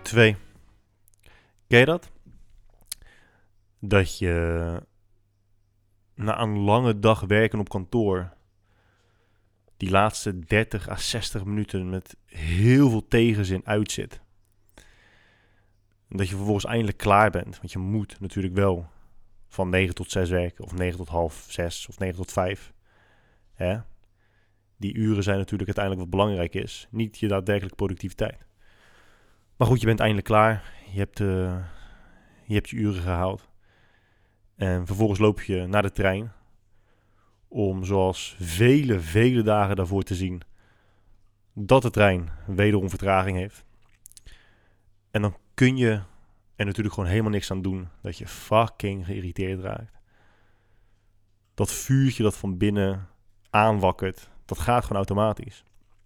2. Ken je dat? Dat je na een lange dag werken op kantoor die laatste 30 à 60 minuten met heel veel tegenzin uitzit. En dat je vervolgens eindelijk klaar bent. Want je moet natuurlijk wel van 9 tot 6 werken. Of 9 tot half 6 of 9 tot 5. Hè? Die uren zijn natuurlijk uiteindelijk wat belangrijk is. Niet je daadwerkelijke productiviteit. Maar goed, je bent eindelijk klaar. Je hebt je uren gehaald. En vervolgens loop je naar de trein. Om zoals vele dagen daarvoor te zien dat de trein wederom vertraging heeft. En dan kun je er natuurlijk gewoon helemaal niks aan doen dat je fucking geïrriteerd raakt. Dat vuurtje dat van binnen aanwakkert, dat gaat gewoon automatisch.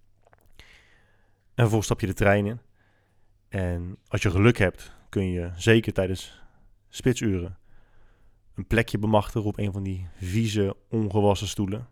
En vervolgens stap je de trein in. En als je geluk hebt, kun je zeker tijdens spitsuren een plekje bemachtigen op een van die vieze, ongewassen stoelen.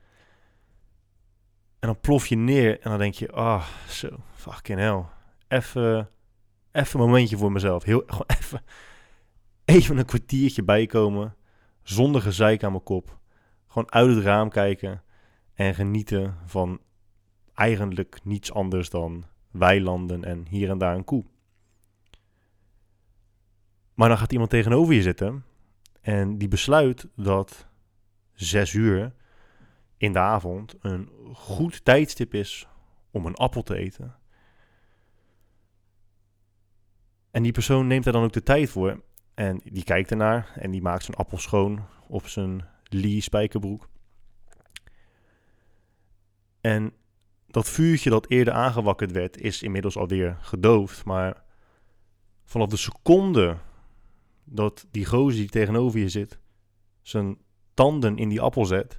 En dan plof je neer en dan denk je, zo, fucking hell. Even een momentje voor mezelf. Gewoon even een kwartiertje bijkomen, zonder gezeik aan mijn kop. Gewoon uit het raam kijken en genieten van eigenlijk niets anders dan weilanden en hier en daar een koe. Maar dan gaat iemand tegenover je zitten en die besluit dat 6 uur in de avond een goed tijdstip is om een appel te eten. En die persoon neemt daar dan ook de tijd voor en die kijkt ernaar en die maakt zijn appel schoon op zijn Lee spijkerbroek. En dat vuurtje dat eerder aangewakkerd werd is inmiddels alweer gedoofd, maar vanaf de seconde dat die gozer die tegenover je zit zijn tanden in die appel zet,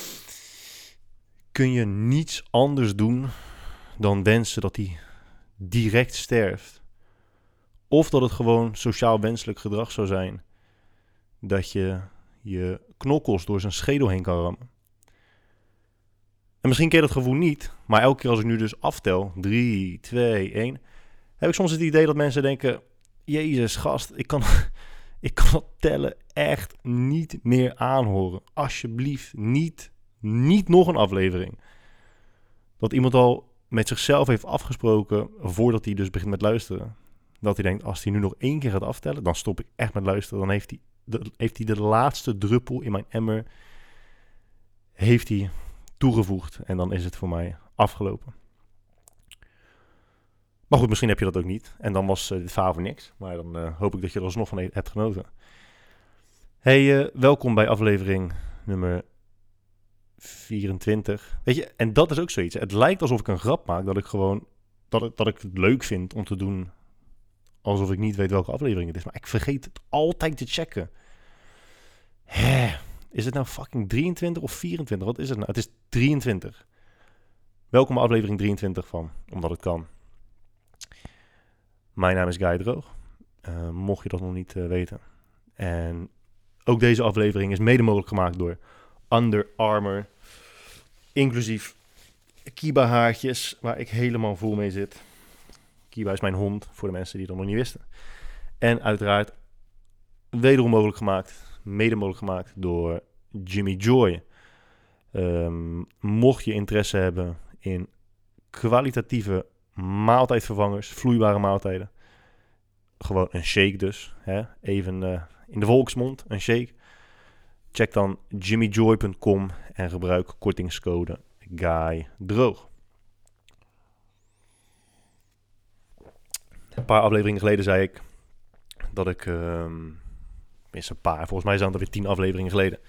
kun je niets anders doen dan wensen dat hij direct sterft. Of dat het gewoon sociaal wenselijk gedrag zou zijn dat je je knokkels door zijn schedel heen kan rammen. En misschien ken je dat gevoel niet, maar elke keer als ik nu dus aftel, 3, 2, 1, heb ik soms het idee dat mensen denken, Jezus gast, ik kan dat tellen echt niet meer aanhoren. Alsjeblieft, niet nog een aflevering. Dat iemand al met zichzelf heeft afgesproken, voordat hij dus begint met luisteren. Dat hij denkt, als hij nu nog 1 keer gaat aftellen, dan stop ik echt met luisteren. Dan heeft hij de laatste druppel in mijn emmer heeft hij toegevoegd. En dan is het voor mij afgelopen. Maar goed, misschien heb je dat ook niet. En dan was dit verhaal voor niks. Maar dan hoop ik dat je er alsnog van hebt genoten. Hey, welkom bij aflevering nummer 24. Weet je, en dat is ook zoiets. Het lijkt alsof ik een grap maak dat ik gewoon dat ik het leuk vind om te doen alsof ik niet weet welke aflevering het is. Maar ik vergeet het altijd te checken. Is het nou fucking 23 of 24? Wat is het nou? Het is 23. Welkom bij aflevering 23 van Omdat het kan. Mijn naam is Guy Droog. Mocht je dat nog niet weten. En ook deze aflevering is mede mogelijk gemaakt door Under Armour. Inclusief Kiba haartjes, waar ik helemaal vol mee zit. Kiba is mijn hond, voor de mensen die dat nog niet wisten. En uiteraard wederom mede mogelijk gemaakt door Jimmy Joy. Mocht je interesse hebben in kwalitatieve maaltijdvervangers, vloeibare maaltijden. Gewoon een shake dus. Hè? Even in de volksmond, een shake. Check dan jimmyjoy.com en gebruik kortingscode GUYDROOG. Een paar afleveringen geleden zei ik dat ik, volgens mij zijn het alweer 10 afleveringen geleden.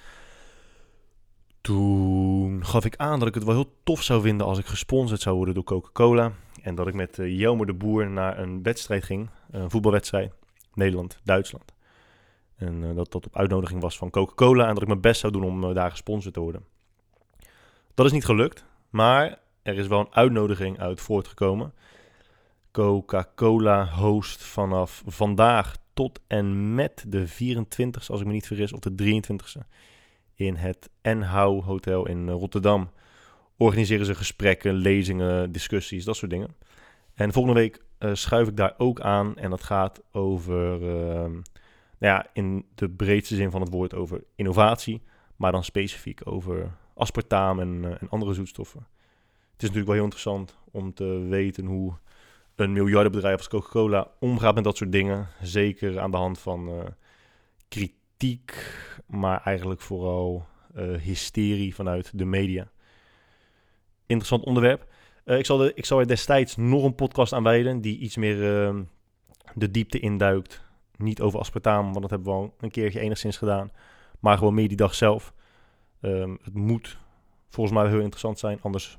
Toen gaf ik aan dat ik het wel heel tof zou vinden als ik gesponsord zou worden door Coca-Cola. En dat ik met Jelmer de Boer naar een wedstrijd ging, een voetbalwedstrijd, Nederland-Duitsland. En dat op uitnodiging was van Coca-Cola en dat ik mijn best zou doen om daar gesponsord te worden. Dat is niet gelukt, maar er is wel een uitnodiging uit voortgekomen. Coca-Cola host vanaf vandaag tot en met de 24e, als ik me niet vergis, of de 23e. In het Enhou Hotel in Rotterdam organiseren ze gesprekken, lezingen, discussies, dat soort dingen. En volgende week schuif ik daar ook aan. En dat gaat over, in de breedste zin van het woord, over innovatie. Maar dan specifiek over aspartaam en andere zoetstoffen. Het is natuurlijk wel heel interessant om te weten hoe een miljardenbedrijf als Coca-Cola omgaat met dat soort dingen. Zeker aan de hand van kritiek, maar eigenlijk vooral hysterie vanuit de media. Interessant onderwerp. Ik zal er destijds nog een podcast aan wijden die iets meer de diepte induikt. Niet over aspartaam, want dat hebben we al een keertje enigszins gedaan. Maar gewoon meer die dag zelf. Het moet volgens mij heel interessant zijn. Anders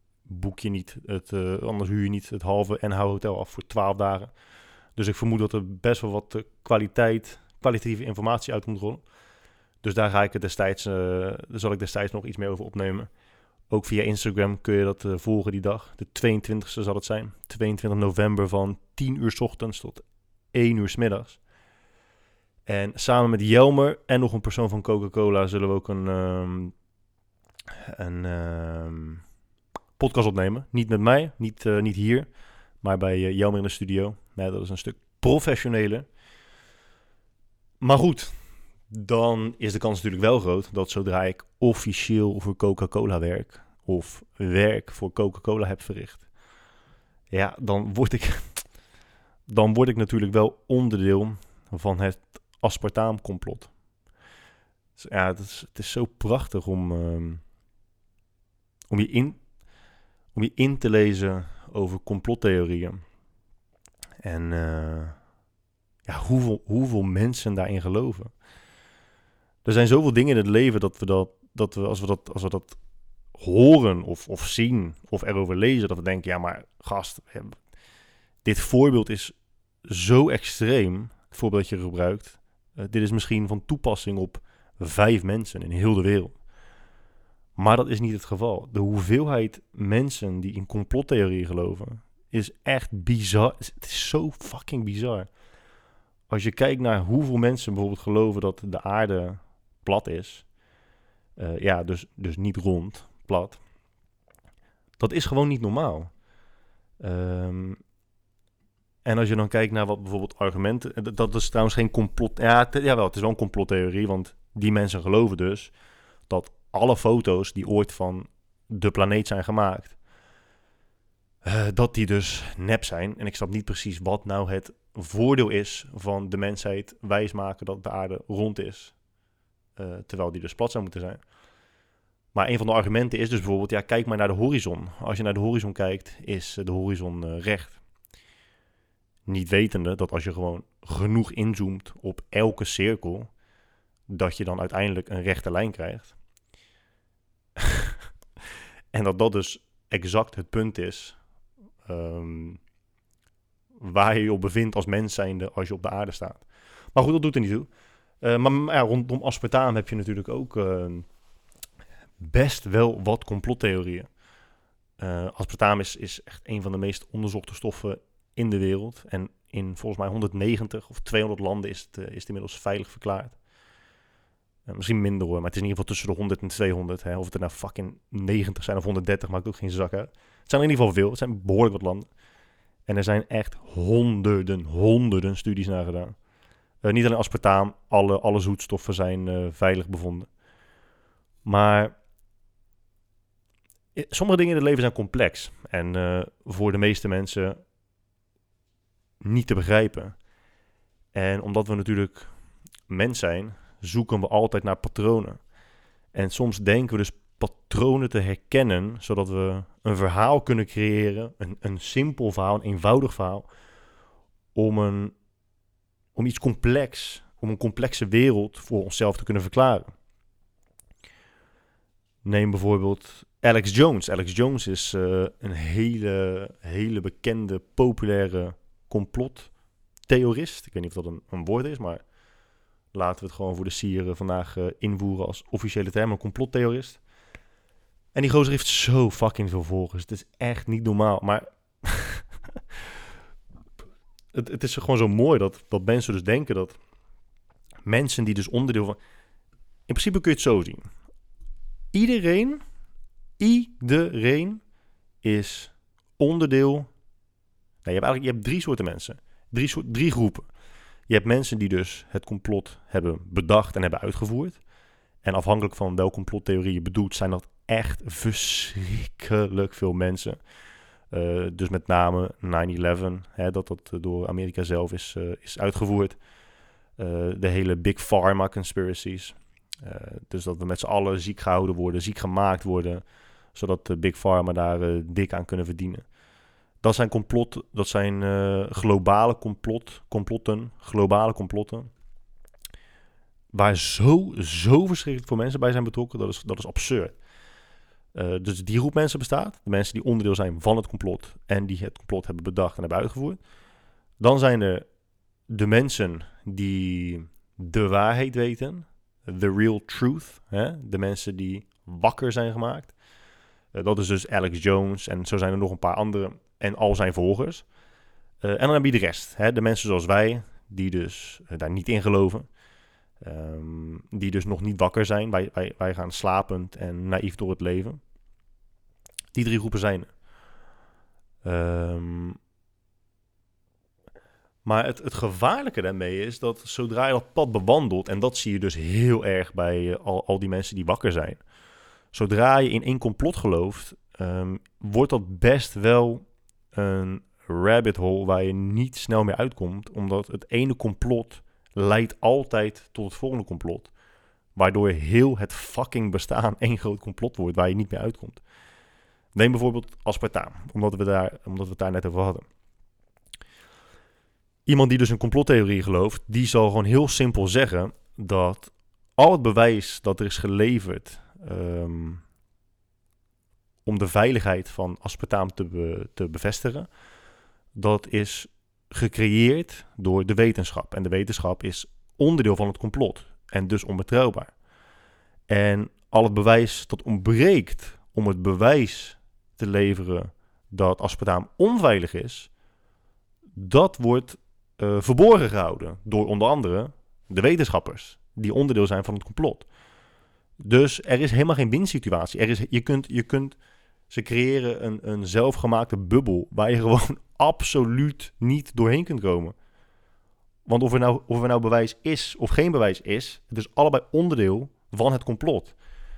anders huur je niet het halve NH Hotel af voor 12 dagen. Dus ik vermoed dat er best wel wat kwalitatieve informatie uit moet rollen. Dus daar zal ik destijds nog iets meer over opnemen. Ook via Instagram kun je dat volgen die dag. De 22e zal het zijn. 22 november van 10 uur 's ochtends tot 1 uur 's middags. En samen met Jelmer en nog een persoon van Coca-Cola zullen we ook een podcast opnemen. Niet met mij, niet hier, maar bij Jelmer in de studio. Nee, dat is een stuk professioneler. Maar goed, dan is de kans natuurlijk wel groot dat zodra ik officieel voor Coca-Cola werk of werk voor Coca-Cola heb verricht, ja, dan word ik natuurlijk wel onderdeel van het aspartaamcomplot. Dus ja, het is zo prachtig om je in te lezen over complottheorieën. En hoeveel mensen daarin geloven. Er zijn zoveel dingen in het leven dat we als we dat horen of zien of erover lezen, dat we denken, ja maar gast, dit voorbeeld is zo extreem, het voorbeeld dat je gebruikt. Dit is misschien van toepassing op 5 mensen in heel de wereld. Maar dat is niet het geval. De hoeveelheid mensen die in complottheorieën geloven is echt bizar. Het is zo fucking bizar. Als je kijkt naar hoeveel mensen bijvoorbeeld geloven dat de aarde plat is. Dus niet rond, plat. Dat is gewoon niet normaal. En als je dan kijkt naar wat bijvoorbeeld argumenten... Dat is trouwens geen complot... Jawel, het is wel een complottheorie, want die mensen geloven dus dat alle foto's die ooit van de planeet zijn gemaakt, dat die dus nep zijn. En ik snap niet precies wat nou het voordeel is van de mensheid wijsmaken dat de aarde rond is, terwijl die dus plat zou moeten zijn. Maar een van de argumenten is dus bijvoorbeeld, kijk maar naar de horizon. Als je naar de horizon kijkt, is de horizon recht. Niet wetende dat als je gewoon genoeg inzoomt op elke cirkel, dat je dan uiteindelijk een rechte lijn krijgt. En dat dus exact het punt is waar je je op bevindt als mens zijnde als je op de aarde staat. Maar goed, dat doet er niet toe. Maar rondom aspartaam heb je natuurlijk ook best wel wat complottheorieën. Aspartaam is echt een van de meest onderzochte stoffen in de wereld. En in volgens mij 190 of 200 landen is het inmiddels veilig verklaard. Misschien minder hoor, maar het is in ieder geval tussen de 100 en 200. Hè. Of het er nou fucking 90 zijn of 130, maakt ook geen zak uit. Het zijn er in ieder geval veel. Het zijn behoorlijk wat landen. En er zijn echt honderden studies naar gedaan. Niet alleen aspartaam, alle zoetstoffen zijn veilig bevonden. Maar sommige dingen in het leven zijn complex. En voor de meeste mensen niet te begrijpen. En omdat we natuurlijk mens zijn, zoeken we altijd naar patronen. En soms denken we dus patronen te herkennen, zodat we een verhaal kunnen creëren, een simpel verhaal, een eenvoudig verhaal, om iets complex, om een complexe wereld voor onszelf te kunnen verklaren. Neem bijvoorbeeld Alex Jones. Alex Jones is een hele bekende, populaire complottheorist. Ik weet niet of dat een woord is, maar laten we het gewoon voor de sier vandaag invoeren als officiële term, een complottheorist. En die gozer heeft zo fucking veel volgers. Het is echt niet normaal. Maar het is gewoon zo mooi dat mensen dus denken dat mensen die dus onderdeel van... In principe kun je het zo zien. Iedereen is onderdeel Je hebt drie soorten mensen. Drie groepen. Je hebt mensen die dus het complot hebben bedacht en hebben uitgevoerd. En afhankelijk van welke complottheorie je bedoelt, zijn dat echt verschrikkelijk veel mensen. Dus met name 9/11, dat door Amerika zelf is uitgevoerd. De hele Big Pharma conspiracies. Dus dat we met z'n allen ziek gehouden worden, ziek gemaakt worden, zodat de Big Pharma daar dik aan kunnen verdienen. Dat zijn globale complotten, waar zo verschrikkelijk veel mensen bij zijn betrokken, dat is absurd. Dus die groep mensen bestaat, de mensen die onderdeel zijn van het complot en die het complot hebben bedacht en hebben uitgevoerd. Dan zijn er de mensen die de waarheid weten, the real truth, de mensen die wakker zijn gemaakt. Dat is dus Alex Jones en zo zijn er nog een paar andere en al zijn volgers. En dan heb je de rest, de mensen zoals wij, die dus daar niet in geloven. Die dus nog niet wakker zijn. Wij gaan slapend en naïef door het leven. Die drie groepen zijn er. Maar het gevaarlijke daarmee is dat zodra je dat pad bewandelt, en dat zie je dus heel erg bij al die mensen die wakker zijn. Zodra je in één complot gelooft, wordt dat best wel een rabbit hole waar je niet snel meer uitkomt. Omdat het ene complot leidt altijd tot het volgende complot. Waardoor heel het fucking bestaan één groot complot wordt waar je niet meer uitkomt. Neem bijvoorbeeld aspartaam, omdat we het daar net over hadden. Iemand die dus een complottheorie gelooft, die zal gewoon heel simpel zeggen dat al het bewijs dat er is geleverd om de veiligheid van aspartaam te bevestigen, dat is gecreëerd door de wetenschap. En de wetenschap is onderdeel van het complot en dus onbetrouwbaar. En al het bewijs dat ontbreekt om het bewijs te leveren dat aspartaam onveilig is, dat wordt verborgen gehouden door onder andere de wetenschappers die onderdeel zijn van het complot. Dus er is helemaal geen winsituatie. Ze creëren een zelfgemaakte bubbel waar je gewoon absoluut niet doorheen kunt komen. Want of er nou bewijs is of geen bewijs is, het is allebei onderdeel van het complot.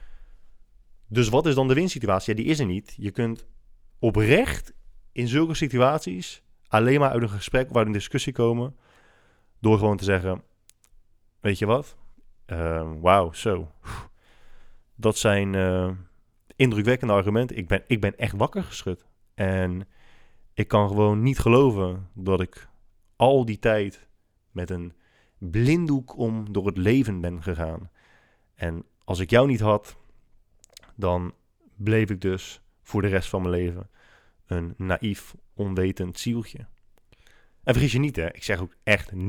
Dus wat is dan de winsituatie? Ja, die is er niet. Je kunt oprecht in zulke situaties alleen maar uit een gesprek of uit een discussie komen door gewoon te zeggen, weet je wat? Wauw, zo. Dat zijn indrukwekkende argumenten. Ik ben echt wakker geschud. En ik kan gewoon niet geloven dat ik al die tijd met een blinddoek om door het leven ben gegaan. En als ik jou niet had, dan bleef ik dus voor de rest van mijn leven een naïef, onwetend zieltje. En vergis je niet, ik zeg ook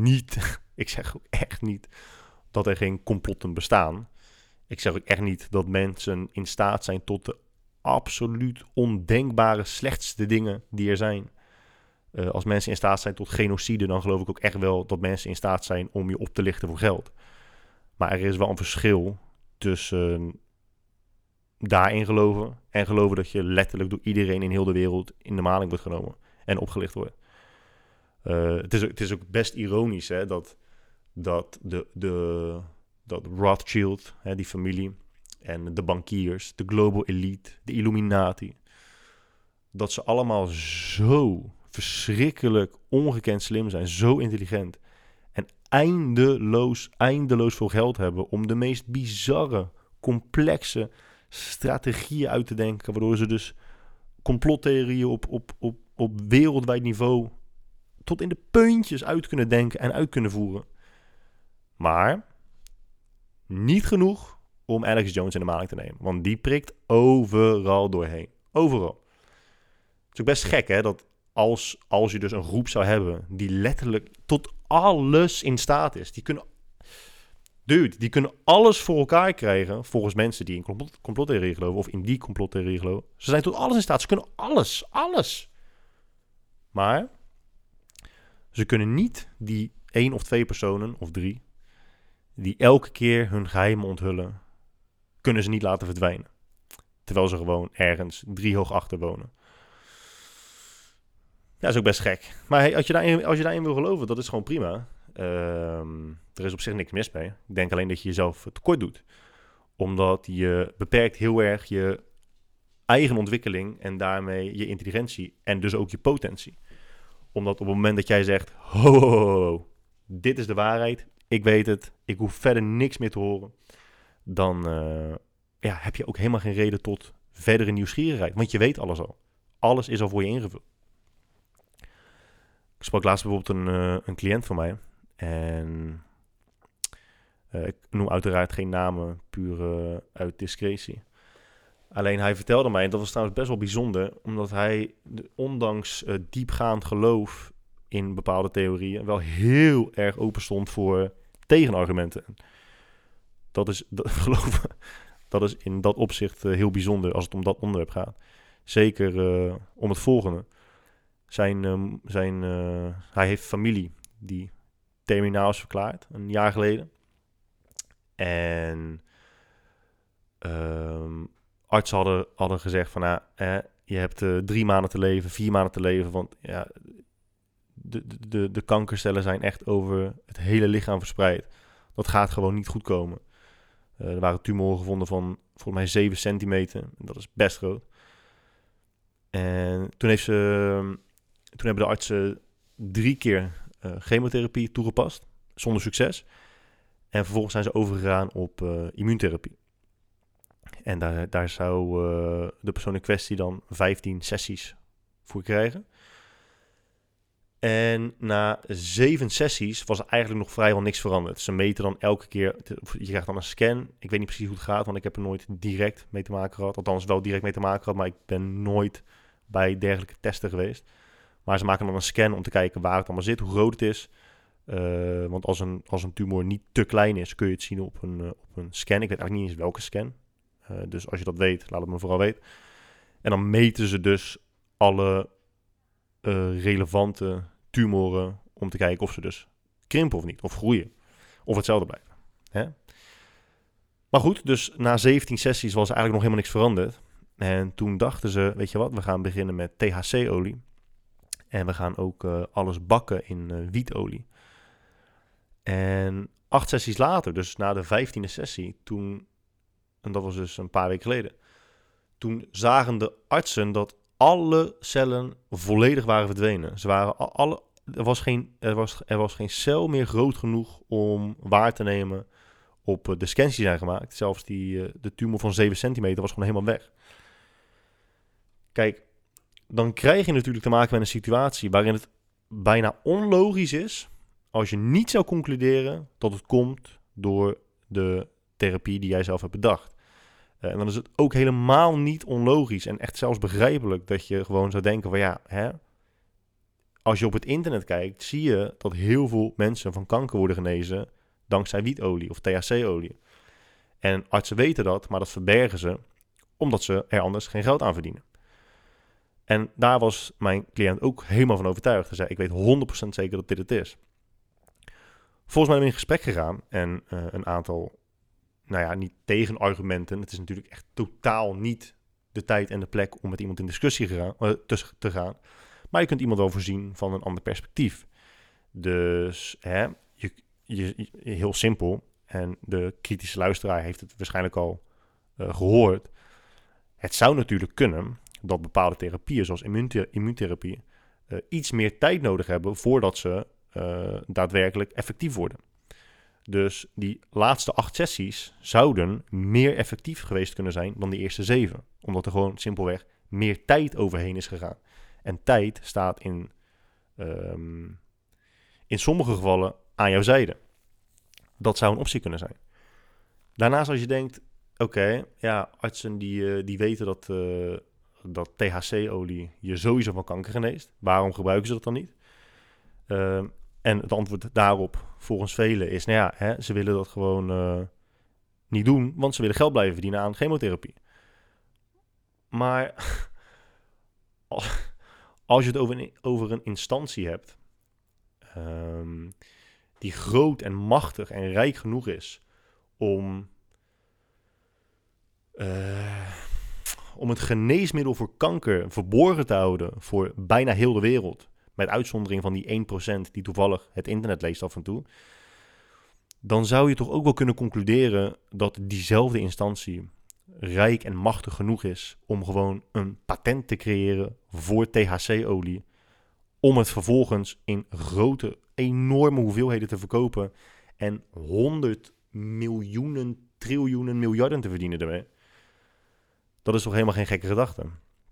echt niet dat er geen complotten bestaan. Ik zeg ook echt niet dat mensen in staat zijn tot de absoluut ondenkbare slechtste dingen die er zijn. Als mensen in staat zijn tot genocide, dan geloof ik ook echt wel dat mensen in staat zijn om je op te lichten voor geld. Maar er is wel een verschil tussen daarin geloven en geloven dat je letterlijk door iedereen in heel de wereld in de maling wordt genomen en opgelicht wordt. Het is ook best ironisch dat Rothschild, die familie, en de bankiers, de global elite, de Illuminati, dat ze allemaal zo verschrikkelijk ongekend slim zijn, zo intelligent en eindeloos veel geld hebben om de meest bizarre, complexe strategieën uit te denken, waardoor ze dus complottheorieën op wereldwijd niveau tot in de puntjes uit kunnen denken en uit kunnen voeren. Maar niet genoeg om Alex Jones in de maling te nemen. Want die prikt overal doorheen. Overal. Het is ook best gek, dat als je dus een groep zou hebben die letterlijk tot alles in staat is. Die kunnen alles voor elkaar krijgen volgens mensen die in complottheorie geloven of in die complottheorie geloven. Ze zijn tot alles in staat. Ze kunnen alles. Maar ze kunnen niet die 1 of 2 personen of 3 die elke keer hun geheimen onthullen, kunnen ze niet laten verdwijnen. Terwijl ze gewoon ergens 3 hoog achter wonen. Ja, is ook best gek. Maar hey, als je daarin wil geloven, dat is gewoon prima. Er is op zich niks mis mee. Ik denk alleen dat je jezelf tekort doet. Omdat je beperkt heel erg je eigen ontwikkeling en daarmee je intelligentie en dus ook je potentie. Omdat op het moment dat jij zegt, ho, dit is de waarheid, ik weet het, ik hoef verder niks meer te horen, dan heb je ook helemaal geen reden tot verdere nieuwsgierigheid. Want je weet alles al. Alles is al voor je ingevuld. Ik sprak laatst bijvoorbeeld een cliënt van mij. En ik noem uiteraard geen namen, puur uit discretie. Alleen hij vertelde mij, en dat was trouwens best wel bijzonder, omdat hij, ondanks diepgaand geloof in bepaalde theorieën, wel heel erg open stond voor tegenargumenten. Geloof, dat is in dat opzicht heel bijzonder als het om dat onderwerp gaat. Zeker om het volgende. Hij heeft familie die terminaal is verklaard, een jaar geleden. En artsen hadden gezegd van, je hebt 3 maanden te leven, 4 maanden te leven, want ja, de kankercellen zijn echt over het hele lichaam verspreid. Dat gaat gewoon niet goed komen. Er waren tumoren gevonden van volgens mij 7 centimeter. En dat is best groot. En toen hebben de artsen 3 keer chemotherapie toegepast, zonder succes. En vervolgens zijn ze overgegaan op immuuntherapie. En daar zou de persoon in kwestie dan 15 sessies voor krijgen. En na 7 sessies was er eigenlijk nog vrijwel niks veranderd. Ze meten dan elke keer, je krijgt dan een scan. Ik weet niet precies hoe het gaat, want ik heb er nooit direct mee te maken gehad. Althans wel direct mee te maken gehad, maar ik ben nooit bij dergelijke testen geweest. Maar ze maken dan een scan om te kijken waar het allemaal zit, hoe groot het is. Want als een tumor niet te klein is, kun je het zien op een scan. Ik weet eigenlijk niet eens welke scan. Dus als je dat weet, laat het me vooral weten. En dan meten ze dus alle relevante tumoren om te kijken of ze dus krimpen of niet, of groeien. Of hetzelfde blijven. Hè? Maar goed, dus na 17 sessies was er eigenlijk nog helemaal niks veranderd. En toen dachten ze, weet je wat, we gaan beginnen met THC-olie. En we gaan ook alles bakken in wietolie. En 8 sessies later, dus na de 15e sessie, en dat was dus een paar weken geleden, toen zagen de artsen dat alle cellen volledig waren verdwenen. Er was geen cel meer groot genoeg om waar te nemen op de scans die zijn gemaakt. Zelfs de tumor van 7 centimeter was gewoon helemaal weg. Kijk, dan krijg je natuurlijk te maken met een situatie waarin het bijna onlogisch is als je niet zou concluderen dat het komt door de therapie die jij zelf hebt bedacht. En dan is het ook helemaal niet onlogisch en echt zelfs begrijpelijk dat je gewoon zou denken van als je op het internet kijkt, zie je dat heel veel mensen van kanker worden genezen dankzij wietolie of THC-olie. En artsen weten dat, maar dat verbergen ze omdat ze er anders geen geld aan verdienen. En daar was mijn cliënt ook helemaal van overtuigd. Hij zei, ik weet 100% zeker dat dit het is. Volgens mij zijn we in gesprek gegaan en een aantal, niet tegenargumenten. Het is natuurlijk echt totaal niet de tijd en de plek om met iemand in discussie te gaan. Maar je kunt iemand wel voorzien van een ander perspectief. Dus heel simpel. En de kritische luisteraar heeft het waarschijnlijk al gehoord. Het zou natuurlijk kunnen dat bepaalde therapieën, zoals immuuntherapie, iets meer tijd nodig hebben voordat ze daadwerkelijk effectief worden. Dus die laatste 8 sessies zouden meer effectief geweest kunnen zijn dan die eerste 7. Omdat er gewoon simpelweg meer tijd overheen is gegaan. En tijd staat in sommige gevallen aan jouw zijde. Dat zou een optie kunnen zijn. Daarnaast als je denkt, artsen die weten dat THC-olie je sowieso van kanker geneest. Waarom gebruiken ze dat dan niet? En het antwoord daarop, volgens velen, is ze willen dat gewoon niet doen, want ze willen geld blijven verdienen aan chemotherapie. Maar als je het over een instantie hebt die groot en machtig en rijk genoeg is om het geneesmiddel voor kanker verborgen te houden voor bijna heel de wereld, met uitzondering van die 1% die toevallig het internet leest af en toe, dan zou je toch ook wel kunnen concluderen dat diezelfde instantie rijk en machtig genoeg is om gewoon een patent te creëren voor THC-olie, om het vervolgens in grote, enorme hoeveelheden te verkopen en 100 miljoenen, triljoenen, miljarden te verdienen ermee. Dat is toch helemaal geen gekke gedachte.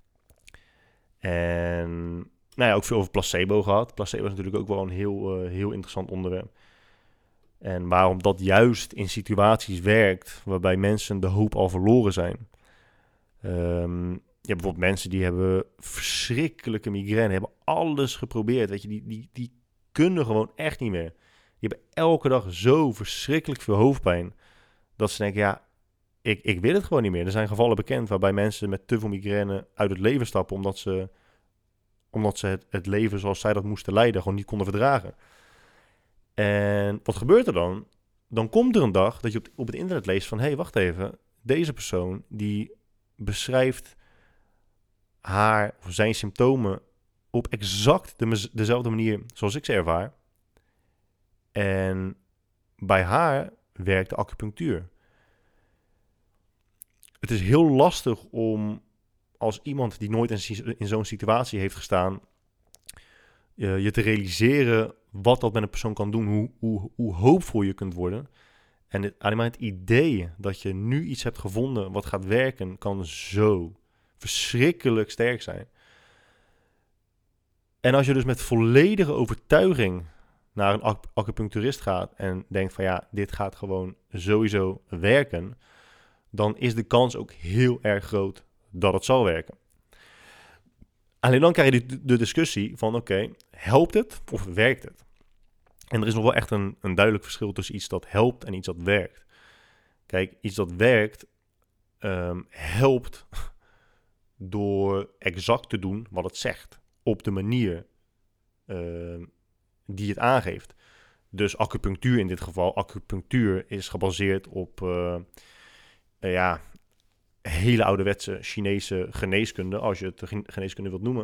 En nou ja, ook veel over placebo gehad. Placebo is natuurlijk ook wel een heel interessant onderwerp. En waarom dat juist in situaties werkt waarbij mensen de hoop al verloren zijn. Je hebt bijvoorbeeld mensen die hebben verschrikkelijke migraine, hebben alles geprobeerd. Weet je, die kunnen gewoon echt niet meer. Die hebben elke dag zo verschrikkelijk veel hoofdpijn dat ze denken, ja, ik wil het gewoon niet meer. Er zijn gevallen bekend waarbij mensen met te veel migraine uit het leven stappen omdat ze het leven zoals zij dat moesten leiden gewoon niet konden verdragen. En wat gebeurt er dan? Dan komt er een dag dat je op het internet leest van, hé, wacht even, deze persoon die beschrijft haar of zijn symptomen op exact dezelfde manier zoals ik ze ervaar. En bij haar werkt de acupunctuur. Het is heel lastig om als iemand die nooit in zo'n situatie heeft gestaan, je te realiseren wat dat met een persoon kan doen, hoe hoopvol je kunt worden. En alleen maar het idee dat je nu iets hebt gevonden wat gaat werken, kan zo verschrikkelijk sterk zijn. En als je dus met volledige overtuiging naar een acupuncturist gaat en denkt van ja, dit gaat gewoon sowieso werken, dan is de kans ook heel erg groot dat het zal werken. Alleen dan krijg je de discussie van oké, helpt het of werkt het? En er is nog wel echt een duidelijk verschil tussen iets dat helpt en iets dat werkt. Kijk, iets dat werkt helpt door exact te doen wat het zegt. Op de manier die het aangeeft. Dus acupunctuur in dit geval. Acupunctuur is gebaseerd op hele ouderwetse Chinese geneeskunde, als je het geneeskunde wilt noemen.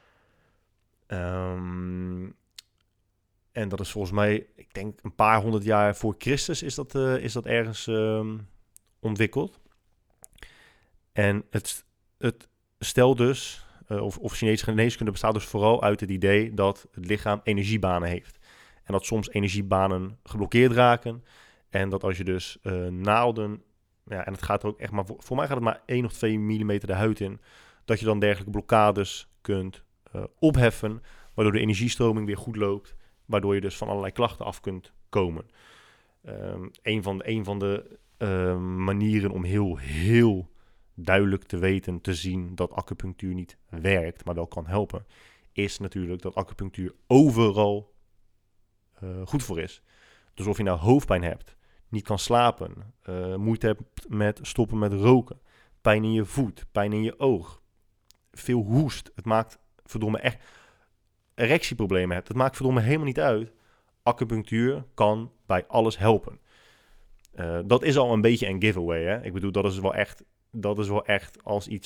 En dat is volgens mij, ik denk een paar honderd jaar voor Christus is dat ergens ontwikkeld. En het stelt dus, of Chinese geneeskunde bestaat dus vooral uit het idee dat het lichaam energiebanen heeft. En dat soms energiebanen geblokkeerd raken. En dat als je dus naalden, ja, en het gaat er ook echt maar, voor mij gaat het maar 1 of 2 millimeter de huid in, dat je dan dergelijke blokkades kunt opheffen, waardoor de energiestroming weer goed loopt, waardoor je dus van allerlei klachten af kunt komen. Een van de manieren om heel duidelijk te weten, te zien dat acupunctuur niet werkt, maar wel kan helpen, is natuurlijk dat acupunctuur overal goed voor is. Dus of je nou hoofdpijn hebt, niet kan slapen, moeite hebt met stoppen met roken, pijn in je voet, pijn in je oog, veel hoest, het maakt verdomme echt erectieproblemen hebt, het maakt verdomme helemaal niet uit. Acupunctuur kan bij alles helpen. Dat is al een beetje een giveaway, hè? Ik bedoel, dat is wel echt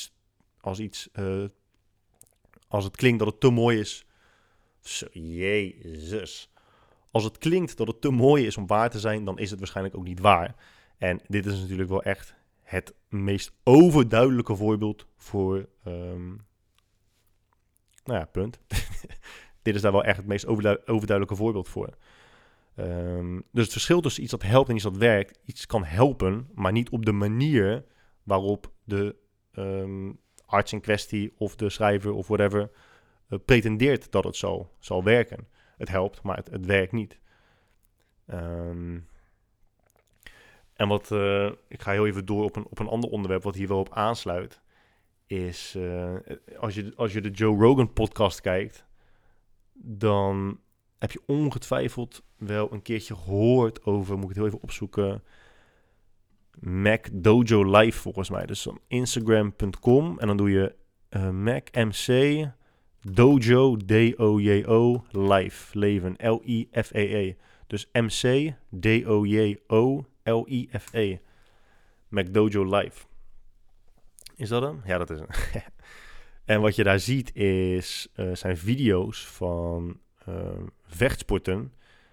als het klinkt dat het te mooi is. Zo, Jezus. Als het klinkt dat het te mooi is om waar te zijn, dan is het waarschijnlijk ook niet waar. En dit is natuurlijk wel echt het meest overduidelijke voorbeeld voor punt. Dit is daar wel echt het meest overduidelijke voorbeeld voor. Dus het verschil tussen iets dat helpt en iets dat werkt, iets kan helpen, maar niet op de manier waarop de arts in kwestie of de schrijver of whatever pretendeert dat het zal werken. Het helpt, maar het werkt niet. Ik ga heel even door op een ander onderwerp wat hier wel op aansluit, is als je de Joe Rogan podcast kijkt, dan heb je ongetwijfeld wel een keertje gehoord over, moet ik het heel even opzoeken, Mac Dojo Live volgens mij. Dus Instagram.com en dan doe je Mac MC Dojo D-O-J-O Live, leven, L-I-F-E-E. Dus MC D-O-J-O L-I-F-E. Mac Dojo Live. Is dat hem? Ja, dat is hem. En wat je daar ziet zijn video's van vechtsporten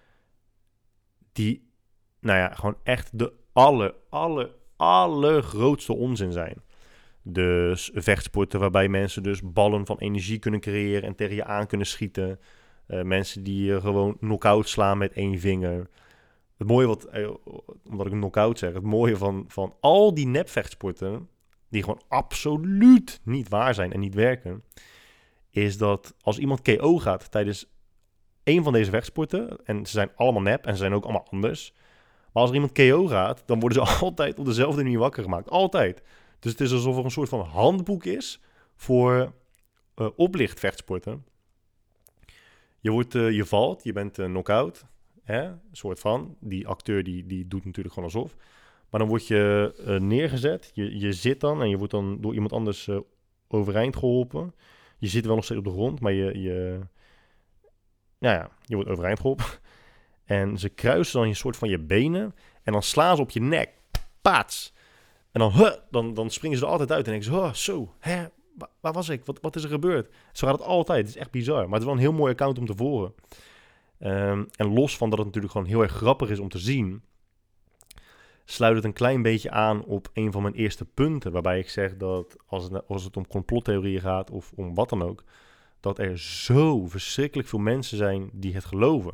die, nou ja, gewoon echt de allergrootste onzin zijn. Dus vechtsporten waarbij mensen dus ballen van energie kunnen creëren en tegen je aan kunnen schieten. Mensen die je gewoon knock-out slaan met 1 vinger. Het mooie omdat ik een knock-out zeg, het mooie van al die nepvechtsporten, die gewoon absoluut niet waar zijn en niet werken, is dat als iemand KO gaat tijdens één van deze vechtsporten, en ze zijn allemaal nep en ze zijn ook allemaal anders, maar als er iemand KO gaat, dan worden ze altijd op dezelfde manier wakker gemaakt. Altijd. Dus het is alsof er een soort van handboek is voor oplichtvechtsporten. Je valt, je bent knock-out, een soort van. Die acteur die doet natuurlijk gewoon alsof. Maar dan word je neergezet, je zit dan en je wordt dan door iemand anders overeind geholpen. Je zit wel nog steeds op de grond, maar je wordt overeind geholpen. En ze kruisen dan een soort van je benen en dan slaan ze op je nek. Paats! En dan springen ze er altijd uit en denken ze, waar was ik? Wat is er gebeurd? Zo gaat het altijd. Het is echt bizar. Maar het is wel een heel mooi account om te volgen. En los van dat het natuurlijk gewoon heel erg grappig is om te zien, sluit het een klein beetje aan op een van mijn eerste punten, waarbij ik zeg dat als het om complottheorieën gaat of om wat dan ook, dat er zo verschrikkelijk veel mensen zijn die het geloven.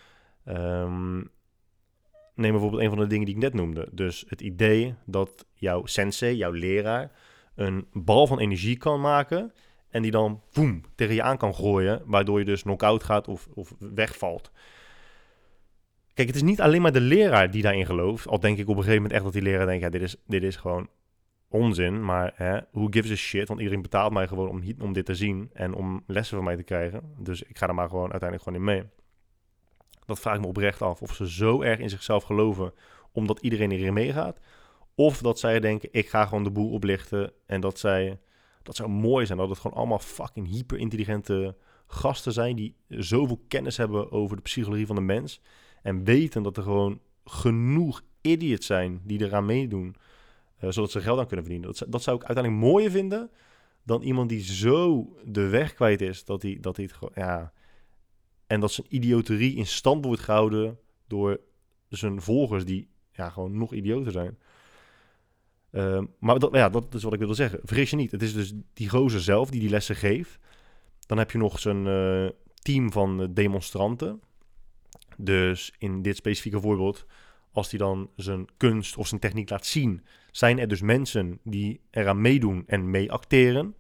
Neem bijvoorbeeld een van de dingen die ik net noemde. Dus het idee dat jouw sensei, jouw leraar, een bal van energie kan maken en die dan tegen je aan kan gooien, waardoor je dus knock-out gaat of wegvalt. Kijk, het is niet alleen maar de leraar die daarin gelooft. Al denk ik op een gegeven moment echt dat die leraar denkt, ja, dit is gewoon onzin. Maar who gives a shit? Want iedereen betaalt mij gewoon om dit te zien en om lessen van mij te krijgen. Dus ik ga er maar gewoon uiteindelijk gewoon in mee. Dat vraag ik me oprecht af. Of ze zo erg in zichzelf geloven omdat iedereen erin meegaat. Of dat zij denken, ik ga gewoon de boel oplichten. En dat zou mooi zijn. Dat het gewoon allemaal fucking hyper-intelligente gasten zijn die zoveel kennis hebben over de psychologie van de mens. En weten dat er gewoon genoeg idiots zijn die eraan meedoen. Zodat ze geld aan kunnen verdienen. Dat zou ik uiteindelijk mooier vinden dan iemand die zo de weg kwijt is. Dat hij het gewoon, ja. En dat zijn idioterie in stand wordt gehouden door zijn volgers die gewoon nog idioter zijn. Maar dat is wat ik wilde zeggen. Vergis je niet, het is dus die gozer zelf die lessen geeft. Dan heb je nog zijn team van demonstranten. Dus in dit specifieke voorbeeld, als hij dan zijn kunst of zijn techniek laat zien, zijn er dus mensen die eraan meedoen en mee acteren.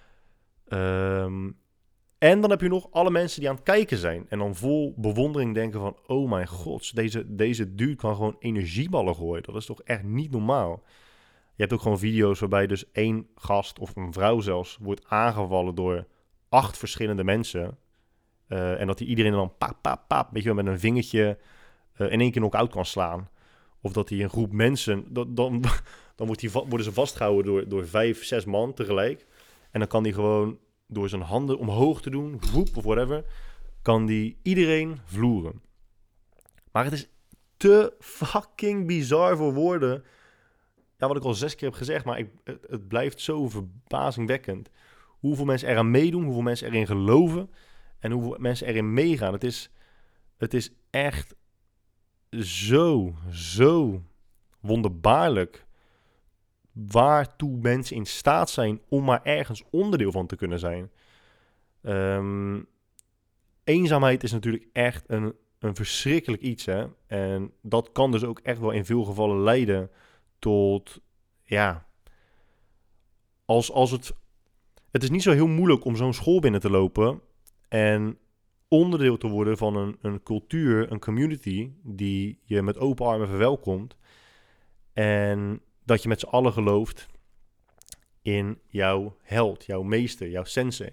En dan heb je nog alle mensen die aan het kijken zijn en dan vol bewondering denken van, oh mijn god, deze dude kan gewoon energieballen gooien. Dat is toch echt niet normaal. Je hebt ook gewoon video's waarbij dus 1 gast of een vrouw zelfs wordt aangevallen door 8 verschillende mensen. En dat hij iedereen dan weet je wel, met een vingertje in één keer knock-out kan slaan. Of dat hij een groep mensen, dan worden ze vastgehouden door 5, 6 man tegelijk. En dan kan hij gewoon door zijn handen omhoog te doen, of whatever, kan die iedereen vloeren. Maar het is te fucking bizar voor woorden. Ja, wat ik al 6 keer heb gezegd, maar het blijft zo verbazingwekkend. Hoeveel mensen eraan meedoen, hoeveel mensen erin geloven en hoeveel mensen erin meegaan. Het is echt zo wonderbaarlijk waartoe mensen in staat zijn om maar ergens onderdeel van te kunnen zijn. Eenzaamheid is natuurlijk echt een verschrikkelijk iets, hè. En dat kan dus ook echt wel in veel gevallen leiden tot, het is niet zo heel moeilijk om zo'n school binnen te lopen en onderdeel te worden van een cultuur, een community die je met open armen verwelkomt en dat je met z'n allen gelooft in jouw held, jouw meester, jouw sensei.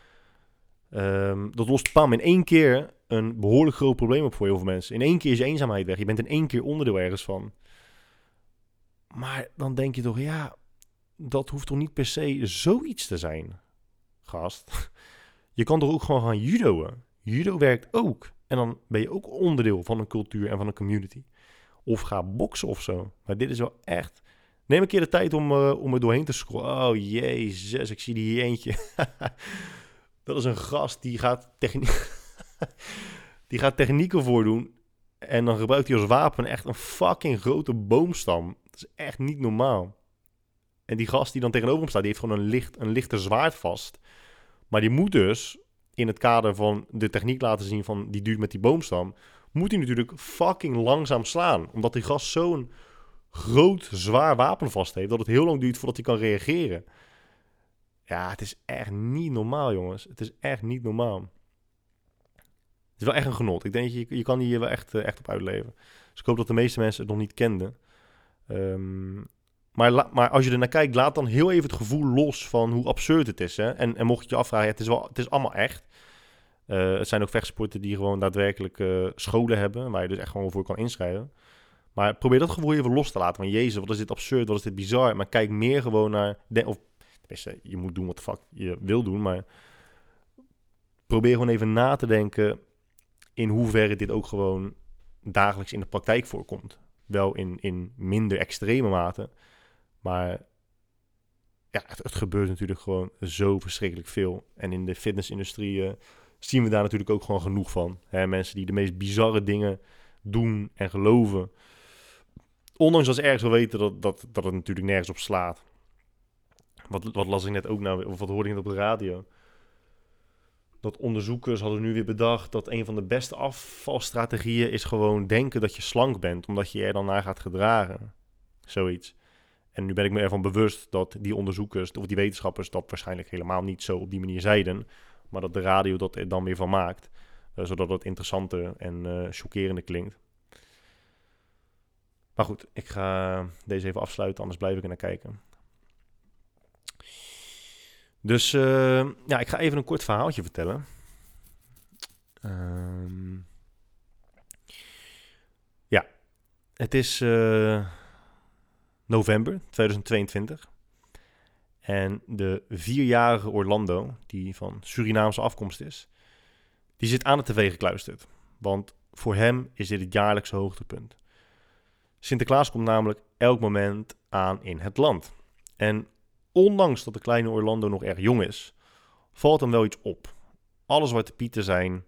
Dat lost in één keer een behoorlijk groot probleem op voor heel veel mensen. In één keer is je eenzaamheid weg. Je bent in één keer onderdeel ergens van. Maar dan denk je toch, dat hoeft toch niet per se zoiets te zijn, gast. Je kan toch ook gewoon gaan judoën. Judo werkt ook. En dan ben je ook onderdeel van een cultuur en van een community. Of ga boksen of zo. Maar dit is wel echt Neem een keer de tijd om er doorheen te scrollen. Oh jezus, ik zie die hier eentje. Dat is een gast die gaat, die gaat technieken voordoen. En dan gebruikt hij als wapen echt een fucking grote boomstam. Dat is echt niet normaal. En die gast die dan tegenover hem staat, die heeft gewoon een lichte zwaard vast. Maar die moet dus, in het kader van de techniek laten zien van die dude met die boomstam, moet hij natuurlijk fucking langzaam slaan. Omdat die gast zo'n groot, zwaar wapen vast heeft, dat het heel lang duurt voordat hij kan reageren. Ja, het is echt niet normaal, jongens. Het is echt niet normaal. Het is wel echt een genot. Ik denk, je kan hier wel echt op uitleven. Dus ik hoop dat de meeste mensen het nog niet kenden. Maar als je er naar kijkt, laat dan heel even het gevoel los van hoe absurd het is. Hè? En mocht je je afvragen, het is allemaal echt. Het zijn ook vechtsporten die gewoon daadwerkelijk scholen hebben, waar je dus echt gewoon voor kan inschrijven. Maar probeer dat gevoel even los te laten. Van jezus, wat is dit absurd, wat is dit bizar. Maar kijk meer gewoon naar, je moet doen wat de fuck je wil doen, maar probeer gewoon even na te denken in hoeverre dit ook gewoon dagelijks in de praktijk voorkomt. Wel in minder extreme mate, maar ja, het gebeurt natuurlijk gewoon zo verschrikkelijk veel. En in de fitnessindustrie zien we daar natuurlijk ook gewoon genoeg van. Hè? Mensen die de meest bizarre dingen doen en geloven. Ondanks dat ze ergens wel weten dat het natuurlijk nergens op slaat. Wat las ik net ook nou, of wat hoorde ik net op de radio? Dat onderzoekers hadden nu weer bedacht dat een van de beste afvalstrategieën is gewoon denken dat je slank bent, omdat je er dan naar gaat gedragen. Zoiets. En nu ben ik me ervan bewust dat die onderzoekers, of die wetenschappers, dat waarschijnlijk helemaal niet zo op die manier zeiden, maar dat de radio dat er dan weer van maakt, zodat het interessanter en chockerender klinkt. Maar goed, ik ga deze even afsluiten, anders blijf ik er naar kijken. Dus ja, ik ga even een kort verhaaltje vertellen. Ja, het is november 2022. En de 4-jarige Orlando, die van Surinaamse afkomst is, die zit aan de tv gekluisterd. Want voor hem is dit het jaarlijkse hoogtepunt. Sinterklaas komt namelijk elk moment aan in het land. En ondanks dat de kleine Orlando nog erg jong is, valt hem wel iets op. Alle zwarte pieten zijn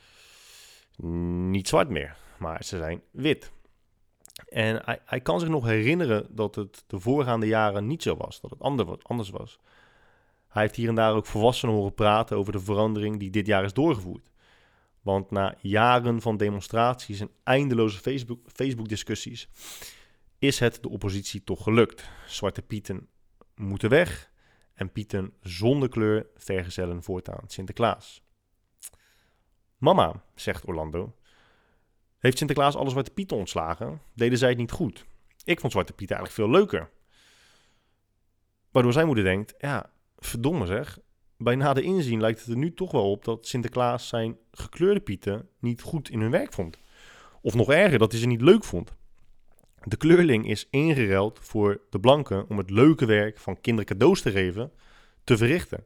niet zwart meer, maar ze zijn wit. En hij kan zich nog herinneren dat het de voorgaande jaren niet zo was, dat het anders was. Hij heeft hier en daar ook volwassenen horen praten over de verandering die dit jaar is doorgevoerd. Want na jaren van demonstraties en eindeloze Facebook-discussies is het de oppositie toch gelukt. Zwarte pieten moeten weg en pieten zonder kleur vergezellen voortaan Sinterklaas. Mama, zegt Orlando, heeft Sinterklaas alle zwarte pieten ontslagen? Deden zij het niet goed? Ik vond zwarte pieten eigenlijk veel leuker. Waardoor zijn moeder denkt, ja, verdomme zeg, bij nader inzien lijkt het er nu toch wel op dat Sinterklaas zijn gekleurde pieten niet goed in hun werk vond. Of nog erger, dat hij ze niet leuk vond. De kleurling is ingeruild voor de blanken om het leuke werk van kinderen cadeaus te geven te verrichten.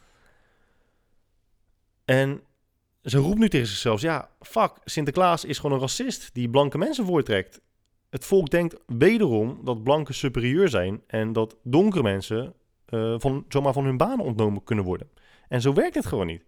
En ze roept nu tegen zichzelf, ja, fuck, Sinterklaas is gewoon een racist die blanke mensen voortrekt. Het volk denkt wederom dat blanken superieur zijn en dat donkere mensen zomaar van hun banen ontnomen kunnen worden. En zo werkt het gewoon niet.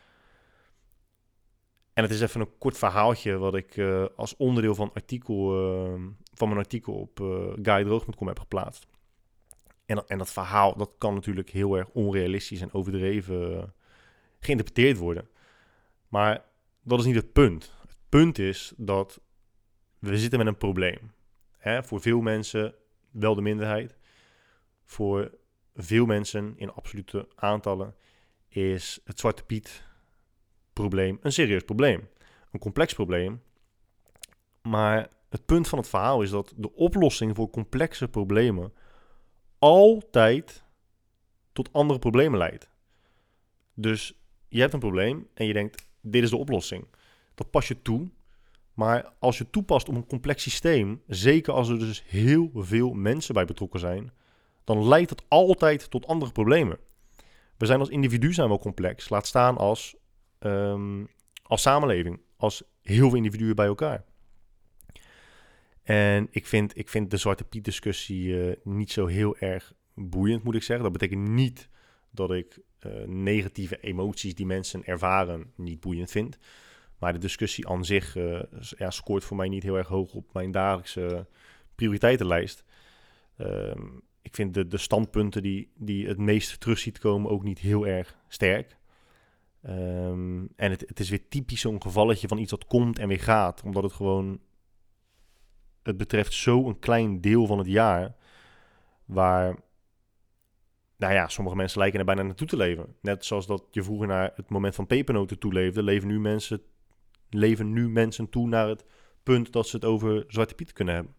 En het is even een kort verhaaltje wat ik als onderdeel van mijn artikel op guidedroog.com heb geplaatst. En dat verhaal, dat kan natuurlijk heel erg onrealistisch en overdreven geïnterpreteerd worden. Maar dat is niet het punt. Het punt is dat we zitten met een probleem. Voor veel mensen wel de minderheid. Voor veel mensen in absolute aantallen is het Zwarte Piet probleem een serieus probleem. Een complex probleem. Maar het punt van het verhaal is dat de oplossing voor complexe problemen altijd tot andere problemen leidt. Dus je hebt een probleem en je denkt, dit is de oplossing. Dat pas je toe. Maar als je het toepast op een complex systeem, zeker als er dus heel veel mensen bij betrokken zijn, dan leidt het altijd tot andere problemen. We zijn als individu wel complex, laat staan als samenleving, als heel veel individuen bij elkaar. En ik vind de Zwarte Piet discussie niet zo heel erg boeiend, moet ik zeggen. Dat betekent niet dat ik negatieve emoties die mensen ervaren niet boeiend vind. Maar de discussie aan zich scoort voor mij niet heel erg hoog op mijn dagelijkse prioriteitenlijst. Ik vind de standpunten die het meest terug ziet komen ook niet heel erg sterk. En het is weer typisch zo'n gevalletje van iets dat komt en weer gaat. Omdat het gewoon... Het betreft zo'n klein deel van het jaar waar... Nou ja, sommige mensen lijken er bijna naartoe te leven. Net zoals dat je vroeger naar het moment van pepernoten toeleefde, leven nu mensen toe naar het punt dat ze het over Zwarte Piet kunnen hebben.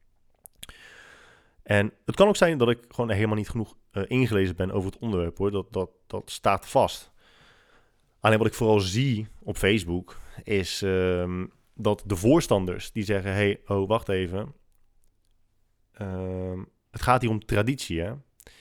En het kan ook zijn dat ik gewoon helemaal niet genoeg ingelezen ben over het onderwerp, hoor. Dat staat vast. Alleen wat ik vooral zie op Facebook is dat de voorstanders die zeggen... Hey, oh, wacht even. Het gaat hier om traditie, hè?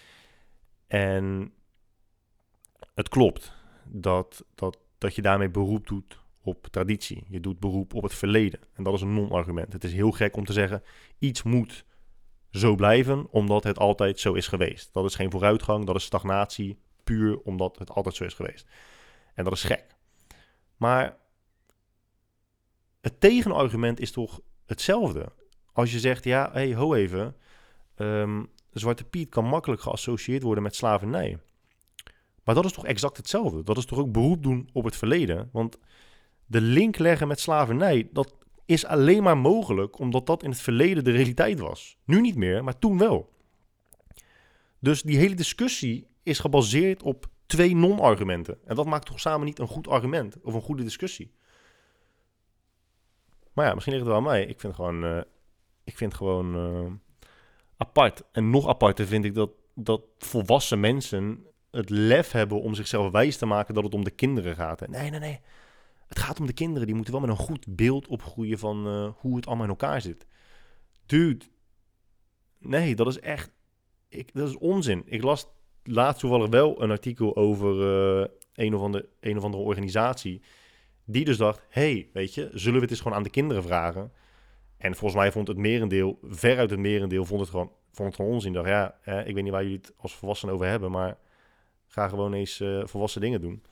En het klopt dat je daarmee beroep doet op traditie. Je doet beroep op het verleden. En dat is een non-argument. Het is heel gek om te zeggen, iets moet zo blijven omdat het altijd zo is geweest. Dat is geen vooruitgang, dat is stagnatie, puur omdat het altijd zo is geweest. En dat is gek. Maar het tegenargument is toch hetzelfde. Als je zegt, ja, hey, ho even, Zwarte Piet kan makkelijk geassocieerd worden met slavernij. Maar dat is toch exact hetzelfde? Dat is toch ook beroep doen op het verleden? Want de link leggen met slavernij, dat is alleen maar mogelijk omdat dat in het verleden de realiteit was. Nu niet meer, maar toen wel. Dus die hele discussie is gebaseerd op 2 non-argumenten. En dat maakt toch samen niet een goed argument of een goede discussie. Maar ja, misschien ligt het wel aan mij. Ik vind het gewoon apart. En nog aparter vind ik dat volwassen mensen het lef hebben om zichzelf wijs te maken dat het om de kinderen gaat. En nee. Het gaat om de kinderen. Die moeten wel met een goed beeld opgroeien van hoe het allemaal in elkaar zit. Dude. Nee, dat is echt... dat is onzin. Ik las laatst toevallig wel een artikel over een of andere organisatie. Die dus dacht, hey, weet je, zullen we het eens gewoon aan de kinderen vragen? En volgens mij vond het merendeel, veruit het merendeel, vond het gewoon onzin. Dacht, ja, ik weet niet waar jullie het als volwassenen over hebben, maar ga gewoon eens volwassen dingen doen.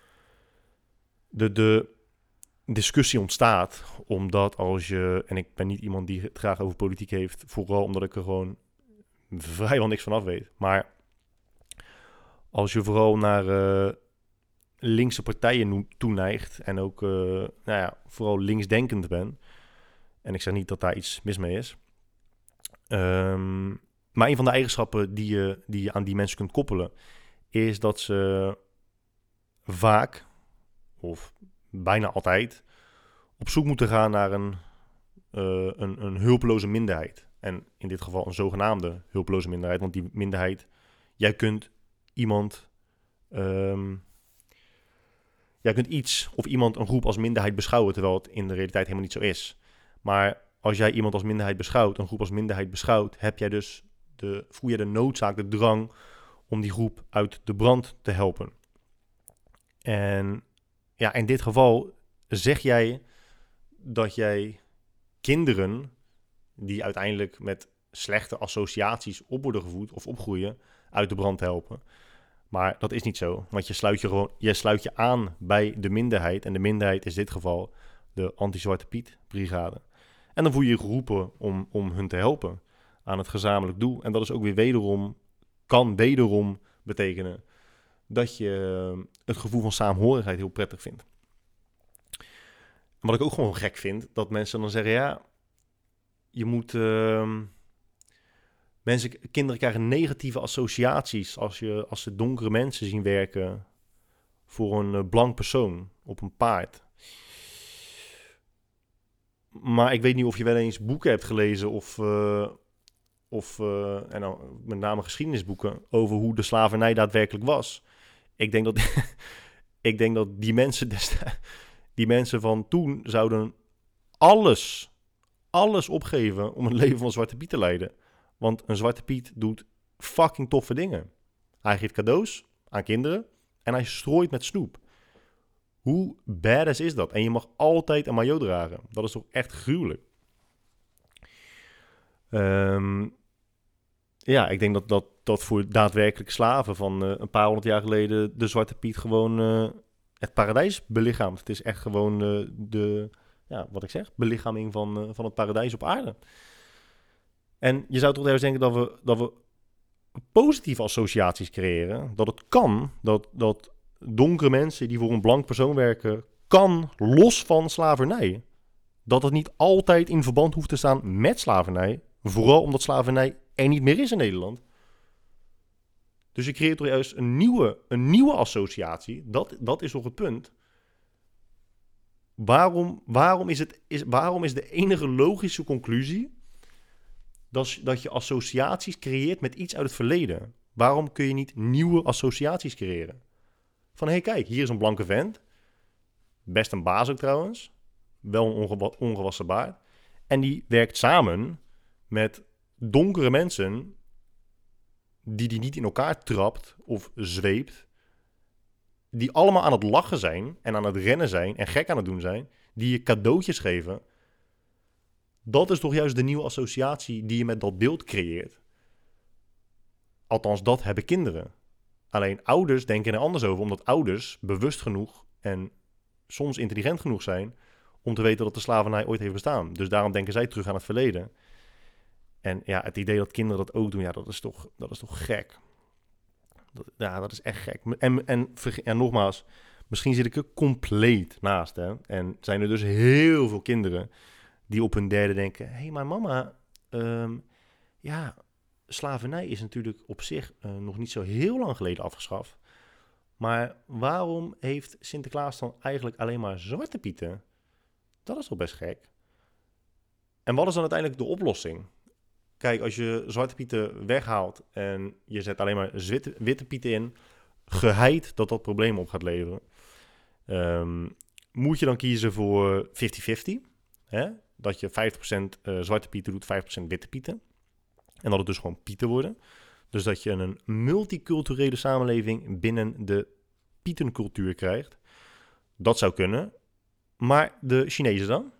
De discussie ontstaat omdat als je... En ik ben niet iemand die het graag over politiek heeft, vooral omdat ik er gewoon vrijwel niks van af weet. Maar als je vooral naar linkse partijen toeneigt en ook vooral linksdenkend bent... En ik zeg niet dat daar iets mis mee is. Maar een van de eigenschappen die je aan die mensen kunt koppelen... is dat ze vaak, of bijna altijd... op zoek moeten gaan naar een hulpeloze minderheid. En in dit geval een zogenaamde hulpeloze minderheid. Want die minderheid... Jij kunt iemand... jij kunt iets of iemand een groep als minderheid beschouwen... terwijl het in de realiteit helemaal niet zo is... Maar als jij iemand als minderheid beschouwt, een groep als minderheid beschouwt, voel je de noodzaak, de drang om die groep uit de brand te helpen. En ja, in dit geval zeg jij dat jij kinderen die uiteindelijk met slechte associaties op worden gevoed of opgroeien, uit de brand helpen. Maar dat is niet zo, want je sluit je aan bij de minderheid. En de minderheid is in dit geval de anti-Zwarte Piet brigade. En dan voel je je geroepen om hun te helpen aan het gezamenlijk doel. En dat is ook weer kan wederom betekenen dat je het gevoel van saamhorigheid heel prettig vindt. En wat ik ook gewoon gek vind, dat mensen dan zeggen, ja, je moet... kinderen krijgen negatieve associaties als ze donkere mensen zien werken voor een blank persoon op een paard. Maar ik weet niet of je wel eens boeken hebt gelezen en dan met name geschiedenisboeken over hoe de slavernij daadwerkelijk was. Ik denk dat die mensen van toen zouden alles opgeven om een leven van Zwarte Piet te leiden. Want een Zwarte Piet doet fucking toffe dingen. Hij geeft cadeaus aan kinderen en hij strooit met snoep. Hoe badass is dat? En je mag altijd een maillot dragen. Dat is toch echt gruwelijk. Ja, ik denk dat voor daadwerkelijke slaven van een paar honderd jaar geleden de Zwarte Piet gewoon het paradijs belichaamt. Het is echt gewoon wat ik zeg, belichaming van het paradijs op aarde. En je zou toch juist denken dat we positieve associaties creëren. Dat het kan, dat donkere mensen die voor een blank persoon werken, kan los van slavernij. Dat het niet altijd in verband hoeft te staan met slavernij. Vooral omdat slavernij er niet meer is in Nederland. Dus je creëert toch juist een nieuwe associatie. Dat is toch het punt. Waarom is de enige logische conclusie dat je associaties creëert met iets uit het verleden? Waarom kun je niet nieuwe associaties creëren? Van, hé, kijk, hier is een blanke vent. Best een baas ook trouwens. Wel een ongewassen baard. En die werkt samen met donkere mensen die niet in elkaar trapt of zweept. Die allemaal aan het lachen zijn en aan het rennen zijn en gek aan het doen zijn. Die je cadeautjes geven. Dat is toch juist de nieuwe associatie die je met dat beeld creëert. Althans, dat hebben kinderen. Alleen ouders denken er anders over, omdat ouders bewust genoeg en soms intelligent genoeg zijn om te weten dat de slavernij ooit heeft bestaan. Dus daarom denken zij terug aan het verleden. En ja, het idee dat kinderen dat ook doen, ja, dat is toch gek. Dat is echt gek. En nogmaals, misschien zit ik er compleet naast. Hè? En zijn er dus heel veel kinderen die op hun derde denken, hé, maar mama, slavernij is natuurlijk op zich nog niet zo heel lang geleden afgeschaft. Maar waarom heeft Sinterklaas dan eigenlijk alleen maar zwarte pieten? Dat is toch best gek? En wat is dan uiteindelijk de oplossing? Kijk, als je zwarte pieten weghaalt en je zet alleen maar witte pieten in, geheid dat problemen op gaat leveren. Moet je dan kiezen voor 50-50? Hè? Dat je 50% zwarte pieten doet, 50% witte pieten. En dat het dus gewoon pieten worden. Dus dat je een multiculturele samenleving binnen de pietencultuur krijgt. Dat zou kunnen. Maar de Chinezen dan?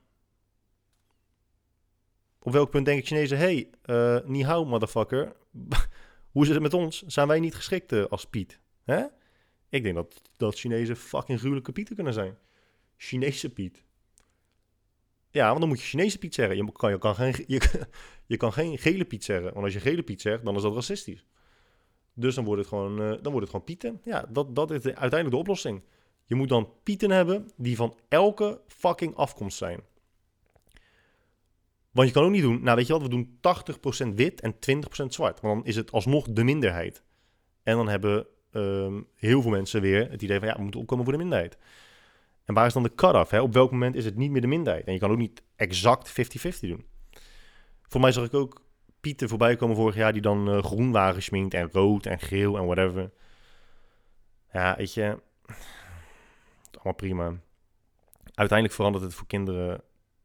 Op welk punt denk ik Chinezen, hey, ni hao, motherfucker. Hoe zit het met ons? Zijn wij niet geschikt als Piet? Hè? Ik denk dat Chinezen fucking gruwelijke Pieten kunnen zijn. Chinese Piet. Ja, want dan moet je Chinese Piet zeggen. Je kan geen gele Piet zeggen. Want als je gele Piet zegt, dan is dat racistisch. Dus dan wordt het gewoon Pieten. Ja, dat is uiteindelijk de oplossing. Je moet dan Pieten hebben die van elke fucking afkomst zijn. Want je kan ook niet doen, nou weet je wat, we doen 80% wit en 20% zwart. Want dan is het alsnog de minderheid. En dan hebben heel veel mensen weer het idee van, ja, we moeten opkomen voor de minderheid. En waar is dan de cut-off? Hè? Op welk moment is het niet meer de minderheid? En je kan ook niet exact 50-50 doen. Voor mij zag ik ook Pieten voorbij komen vorig jaar die dan groen waren gesminkt en rood en geel en whatever. Ja, weet je, allemaal prima. Uiteindelijk verandert het voor kinderen,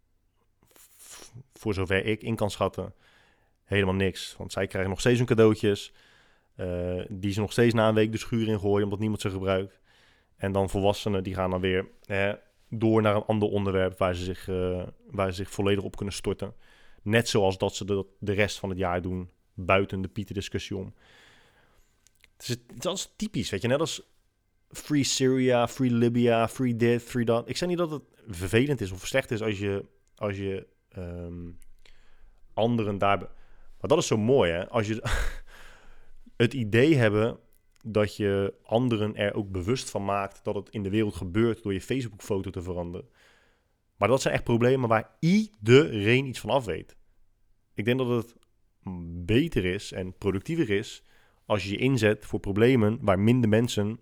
voor zover ik in kan schatten, helemaal niks. Want zij krijgen nog steeds hun cadeautjes, die ze nog steeds na een week de schuur in gooien omdat niemand ze gebruikt. En dan volwassenen die gaan dan weer door naar een ander onderwerp waar ze zich volledig op kunnen storten. Net zoals dat ze de rest van het jaar doen, buiten de Pieten-discussie om. Dat is typisch, weet je. Net als Free Syria, Free Libya, Free dit, Free dat. Ik zeg niet dat het vervelend is of slecht is als je anderen daar... Maar dat is zo mooi, hè. Als je het idee hebben dat je anderen er ook bewust van maakt dat het in de wereld gebeurt door je Facebook-foto te veranderen. Maar dat zijn echt problemen waar iedereen iets van af weet. Ik denk dat het beter is en productiever is als je je inzet voor problemen waar minder mensen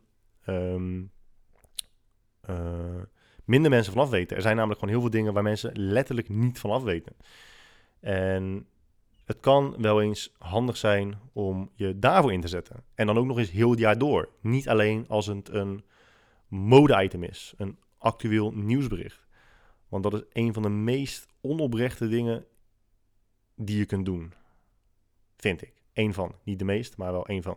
van af weten. Er zijn namelijk gewoon heel veel dingen waar mensen letterlijk niet van af weten. En het kan wel eens handig zijn om je daarvoor in te zetten. En dan ook nog eens heel het jaar door. Niet alleen als het een mode-item is, een actueel nieuwsbericht. Want dat is een van de meest onoprechte dingen die je kunt doen. Vind ik. Eén van. Niet de meest, maar wel één van.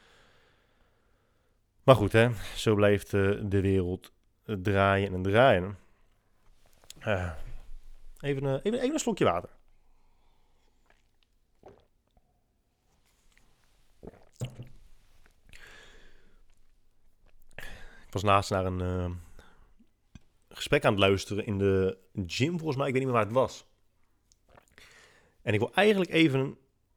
Maar goed, hè. Zo blijft de wereld draaien en draaien. Even een slokje water. Ik was laatst naar een gesprek aan het luisteren in de gym, volgens mij. Ik weet niet meer waar het was. En ik wil eigenlijk even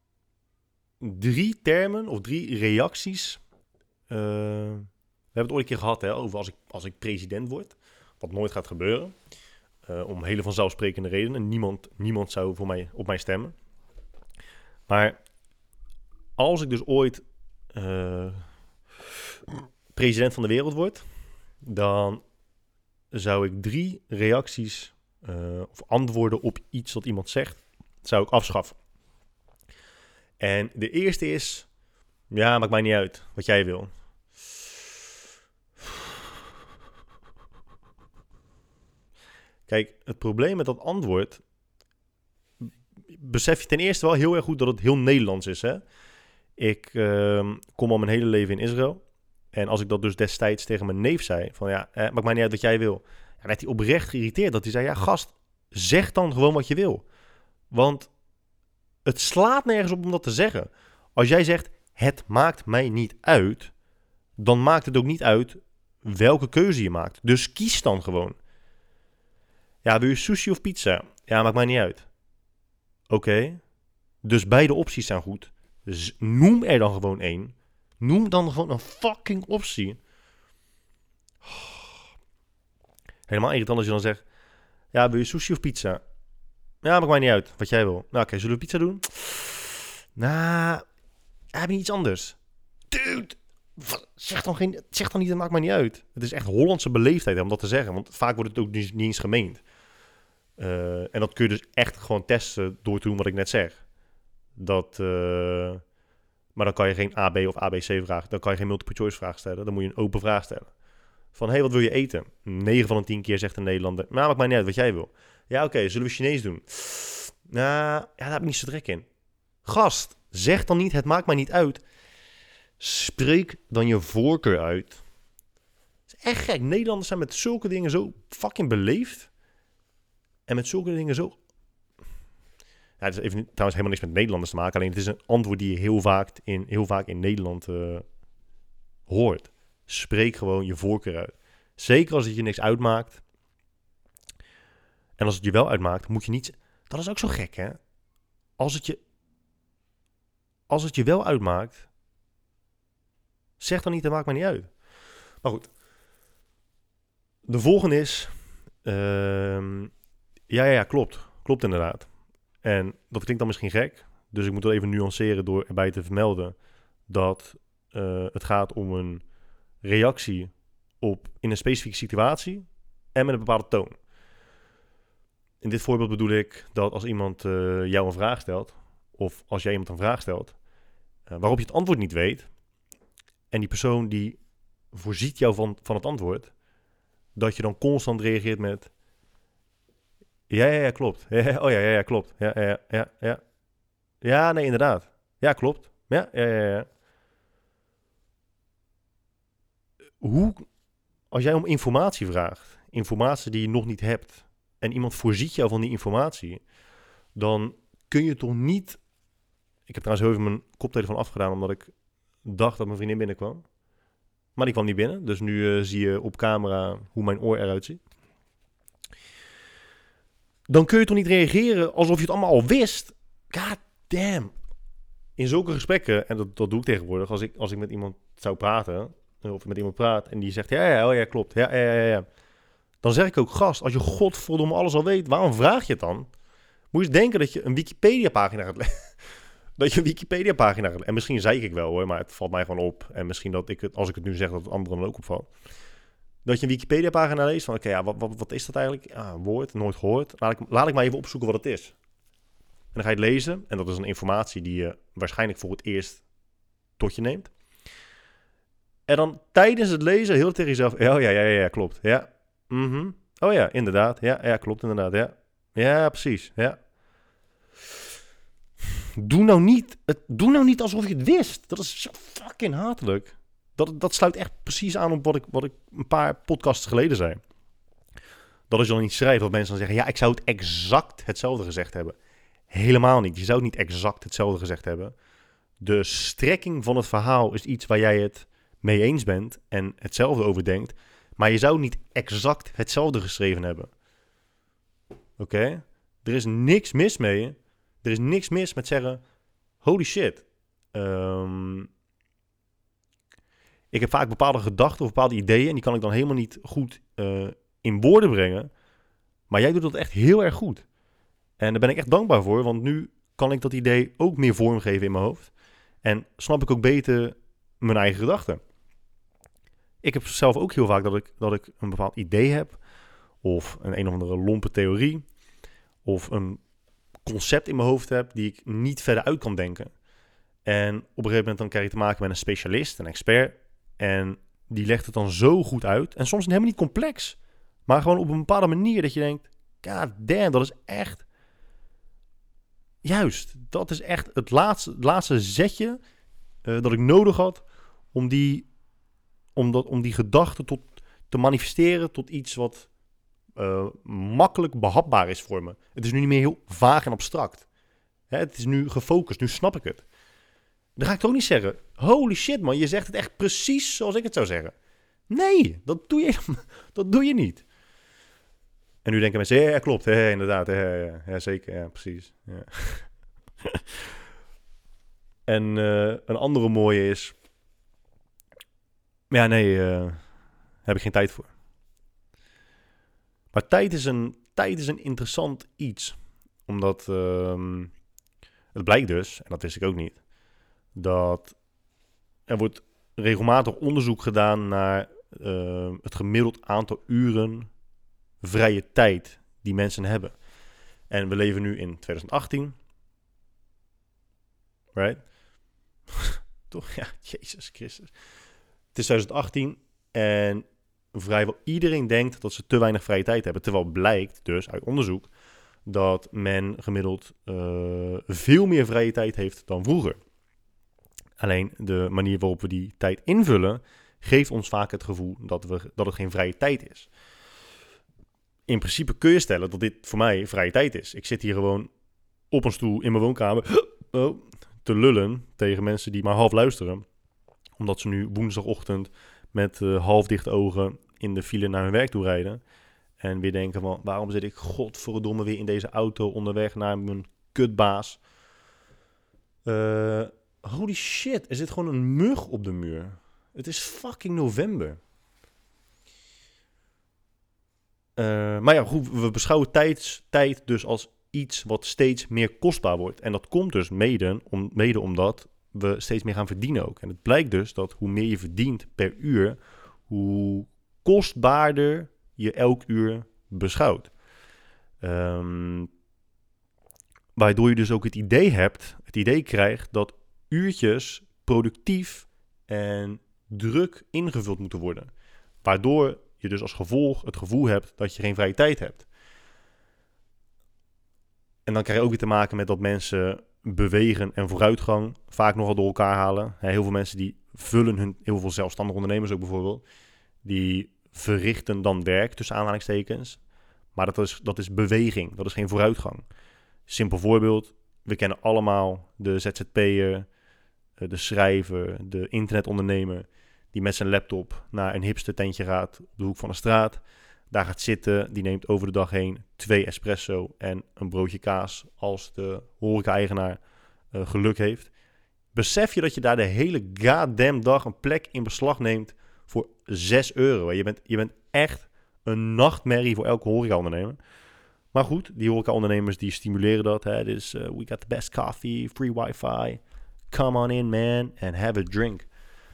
3 termen of 3 reacties. We hebben het ooit een keer gehad over als ik president word. Wat nooit gaat gebeuren. Om hele vanzelfsprekende redenen. Niemand zou op mij stemmen. Maar als ik dus ooit president van de wereld word, dan zou ik 3 reacties of antwoorden op iets wat iemand zegt, zou ik afschaffen. En de eerste is, ja, maakt mij niet uit wat jij wil. Kijk, het probleem met dat antwoord, besef je ten eerste wel heel erg goed dat het heel Nederlands is. Hè? Ik kom al mijn hele leven in Israël. En als ik dat dus destijds tegen mijn neef zei, van ja, maakt mij niet uit wat jij wil. Ja, werd hij oprecht geïrriteerd dat hij zei, ja gast, zeg dan gewoon wat je wil. Want het slaat nergens op om dat te zeggen. Als jij zegt, het maakt mij niet uit, dan maakt het ook niet uit welke keuze je maakt. Dus kies dan gewoon. Ja, wil je sushi of pizza? Ja, maakt mij niet uit. Oké. Dus beide opties zijn goed. Dus noem er dan gewoon 1. Noem dan gewoon een fucking optie. Helemaal irritant als je dan zegt, ja, wil je sushi of pizza? Ja, maakt mij niet uit wat jij wil. Nou, oké, zullen we pizza doen? Nou, heb je iets anders? Dude, zeg dan niet, dat maakt mij niet uit. Het is echt Hollandse beleefdheid om dat te zeggen. Want vaak wordt het ook niet eens gemeend. En dat kun je dus echt gewoon testen door te doen wat ik net zeg. Maar dan kan je geen AB of ABC vragen. Dan kan je geen multiple choice vraag stellen. Dan moet je een open vraag stellen. Van, hey, wat wil je eten? 9 van de 10 keer zegt een Nederlander, nou, maakt mij niet uit wat jij wil. Ja, oké, zullen we Chinees doen? Nou, ja, daar heb ik niet zo trek in. Gast, zeg dan niet, het maakt mij niet uit. Spreek dan je voorkeur uit. Het is echt gek. Nederlanders zijn met zulke dingen zo fucking beleefd. En met zulke dingen zo... Ja, het is even, trouwens helemaal niks met Nederlanders te maken. Alleen het is een antwoord die je heel vaak in Nederland hoort. Spreek gewoon je voorkeur uit. Zeker als het je niks uitmaakt. En als het je wel uitmaakt, moet je niet... Dat is ook zo gek, hè? Als het je wel uitmaakt, zeg dan niet, dat maakt mij niet uit. Maar goed. De volgende is... Ja, klopt. Klopt inderdaad. En dat klinkt dan misschien gek. Dus ik moet dat even nuanceren door erbij te vermelden dat het gaat om een reactie in een specifieke situatie en met een bepaalde toon. In dit voorbeeld bedoel ik dat als iemand jou een vraag stelt, of als jij iemand een vraag stelt, waarop je het antwoord niet weet, en die persoon die voorziet jou van het antwoord, dat je dan constant reageert met... Ja, klopt. Ja, klopt. Ja. Ja, nee, inderdaad. Ja, klopt. Ja. Als jij om informatie vraagt, informatie die je nog niet hebt, en iemand voorziet jou van die informatie, dan kun je toch niet... Ik heb trouwens heel even mijn koptelefoon afgedaan, omdat ik dacht dat mijn vriendin binnenkwam. Maar die kwam niet binnen, dus nu zie je op camera hoe mijn oor eruit ziet. Dan kun je toch niet reageren alsof je het allemaal al wist? God damn. In zulke gesprekken, en dat doe ik tegenwoordig, als ik met iemand zou praten, of met iemand praat, en die zegt, ja, klopt, ja. Dan zeg ik ook, gast, als je godverdomme alles al weet, waarom vraag je het dan? Moet je eens denken dat je een Wikipedia-pagina gaat lezen. En misschien zei ik wel hoor, maar het valt mij gewoon op. En misschien dat als ik het nu zeg, dat het anderen dan ook opvalt. Dat je een Wikipedia-pagina leest van, oké, wat is dat eigenlijk? Ja, een woord, nooit gehoord. Laat ik maar even opzoeken wat het is. En dan ga je het lezen. En dat is een informatie die je waarschijnlijk voor het eerst tot je neemt. En dan tijdens het lezen heel tegen jezelf, ja, klopt. Ja, Oh ja, inderdaad. Ja, klopt inderdaad. Ja, ja, precies. Ja. Doe nou niet alsof je het wist. Dat is zo fucking hatelijk. Dat sluit echt precies aan op wat ik een paar podcasts geleden zei. Dat als je dan niet schrijft, dat mensen dan zeggen, ja, ik zou het exact hetzelfde gezegd hebben. Helemaal niet. Je zou het niet exact hetzelfde gezegd hebben. De strekking van het verhaal is iets waar jij het mee eens bent en hetzelfde overdenkt, maar je zou niet exact hetzelfde geschreven hebben. Oké? Er is niks mis mee. Er is niks mis met zeggen, holy shit. Ik heb vaak bepaalde gedachten of bepaalde ideeën en die kan ik dan helemaal niet goed in woorden brengen. Maar jij doet dat echt heel erg goed. En daar ben ik echt dankbaar voor, want nu kan ik dat idee ook meer vormgeven in mijn hoofd. En snap ik ook beter mijn eigen gedachten. Ik heb zelf ook heel vaak dat ik een bepaald idee heb, of een of andere lompe theorie, of een concept in mijn hoofd heb die ik niet verder uit kan denken. En op een gegeven moment dan krijg je te maken met een specialist, een expert, en die legt het dan zo goed uit. En soms helemaal niet complex, maar gewoon op een bepaalde manier dat je denkt, god damn, dat is echt juist. Dat is echt het laatste zetje dat ik nodig had om die gedachte te manifesteren tot iets wat makkelijk behapbaar is voor me. Het is nu niet meer heel vaag en abstract. Het is nu gefocust, nu snap ik het. Dan ga ik toch ook niet zeggen, holy shit man, je zegt het echt precies zoals ik het zou zeggen. Nee, dat doe je niet. En nu denken mensen, ja klopt, inderdaad, ja, zeker, ja, precies. Ja. En een andere mooie is, ja nee, heb ik geen tijd voor. Maar tijd is een interessant iets. Omdat het blijkt dus, en dat wist ik ook niet, dat er wordt regelmatig onderzoek gedaan naar het gemiddeld aantal uren vrije tijd die mensen hebben. En we leven nu in 2018. Right? Toch? Ja, Jezus Christus. Het is 2018 en vrijwel iedereen denkt dat ze te weinig vrije tijd hebben. Terwijl blijkt dus uit onderzoek dat men gemiddeld veel meer vrije tijd heeft dan vroeger. Alleen de manier waarop we die tijd invullen geeft ons vaak het gevoel dat het geen vrije tijd is. In principe kun je stellen dat dit voor mij vrije tijd is. Ik zit hier gewoon op een stoel in mijn woonkamer te lullen tegen mensen die maar half luisteren. Omdat ze nu woensdagochtend met halfdichte ogen in de file naar hun werk toe rijden. En weer denken van, waarom zit ik godverdomme weer in deze auto onderweg naar mijn kutbaas. Holy shit, er zit gewoon een mug op de muur. Het is fucking november. Maar ja, goed, we beschouwen tijd dus als iets wat steeds meer kostbaar wordt. En dat komt dus mede omdat we steeds meer gaan verdienen ook. En het blijkt dus dat hoe meer je verdient per uur, hoe kostbaarder je elk uur beschouwt. Waardoor je dus ook het idee krijgt dat uurtjes productief en druk ingevuld moeten worden. Waardoor je dus als gevolg het gevoel hebt dat je geen vrije tijd hebt. En dan krijg je ook weer te maken met dat mensen bewegen en vooruitgang vaak nogal door elkaar halen. Heel veel mensen die vullen heel veel zelfstandige ondernemers ook bijvoorbeeld, die verrichten dan werk tussen aanhalingstekens. Maar dat is beweging, dat is geen vooruitgang. Simpel voorbeeld, we kennen allemaal de ZZP'er, de schrijver, de internetondernemer die met zijn laptop naar een hipster tentje gaat op de hoek van de straat. Daar gaat zitten, die neemt over de dag heen 2 espresso en een broodje kaas als de horeca-eigenaar geluk heeft. Besef je dat je daar de hele goddamn dag een plek in beslag neemt voor €6. Je bent echt een nachtmerrie voor elke horeca-ondernemer. Maar goed, die horeca-ondernemers die stimuleren dat. Dus we got the best coffee, free wifi. Come on in man and have a drink.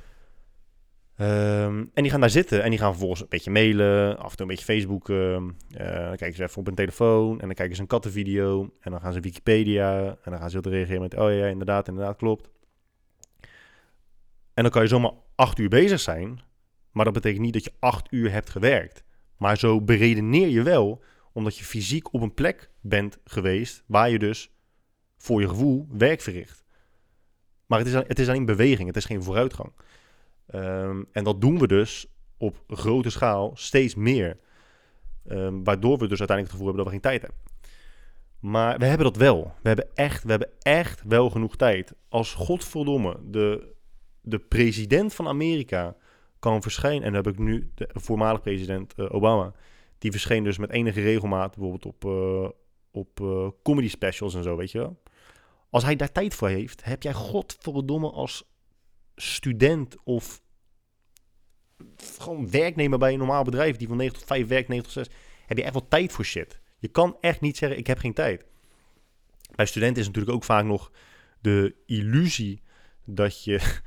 En die gaan daar zitten en die gaan vervolgens een beetje mailen, af en toe een beetje Facebooken. Dan kijken ze even op hun telefoon en dan kijken ze een kattenvideo. En dan gaan ze Wikipedia en dan gaan ze reageren met, oh ja, inderdaad, klopt. En dan kan je zomaar 8 uur bezig zijn, maar dat betekent niet dat je 8 uur hebt gewerkt. Maar zo beredeneer je wel, omdat je fysiek op een plek bent geweest waar je dus voor je gevoel werk verricht. Maar het is alleen beweging, het is geen vooruitgang. En dat doen we dus op grote schaal steeds meer. Waardoor we dus uiteindelijk het gevoel hebben dat we geen tijd hebben. Maar we hebben dat wel. We hebben echt wel genoeg tijd. Als godverdomme de president van Amerika kan verschijnen. En dan heb ik nu de voormalig president Obama. Die verscheen dus met enige regelmaat bijvoorbeeld op comedy specials en zo, weet je wel. Als hij daar tijd voor heeft, heb jij godverdomme als student of gewoon werknemer bij een normaal bedrijf die van 9 tot 5 werkt, 9 tot 6, heb je echt wel tijd voor shit. Je kan echt niet zeggen, ik heb geen tijd. Bij studenten is natuurlijk ook vaak nog de illusie dat je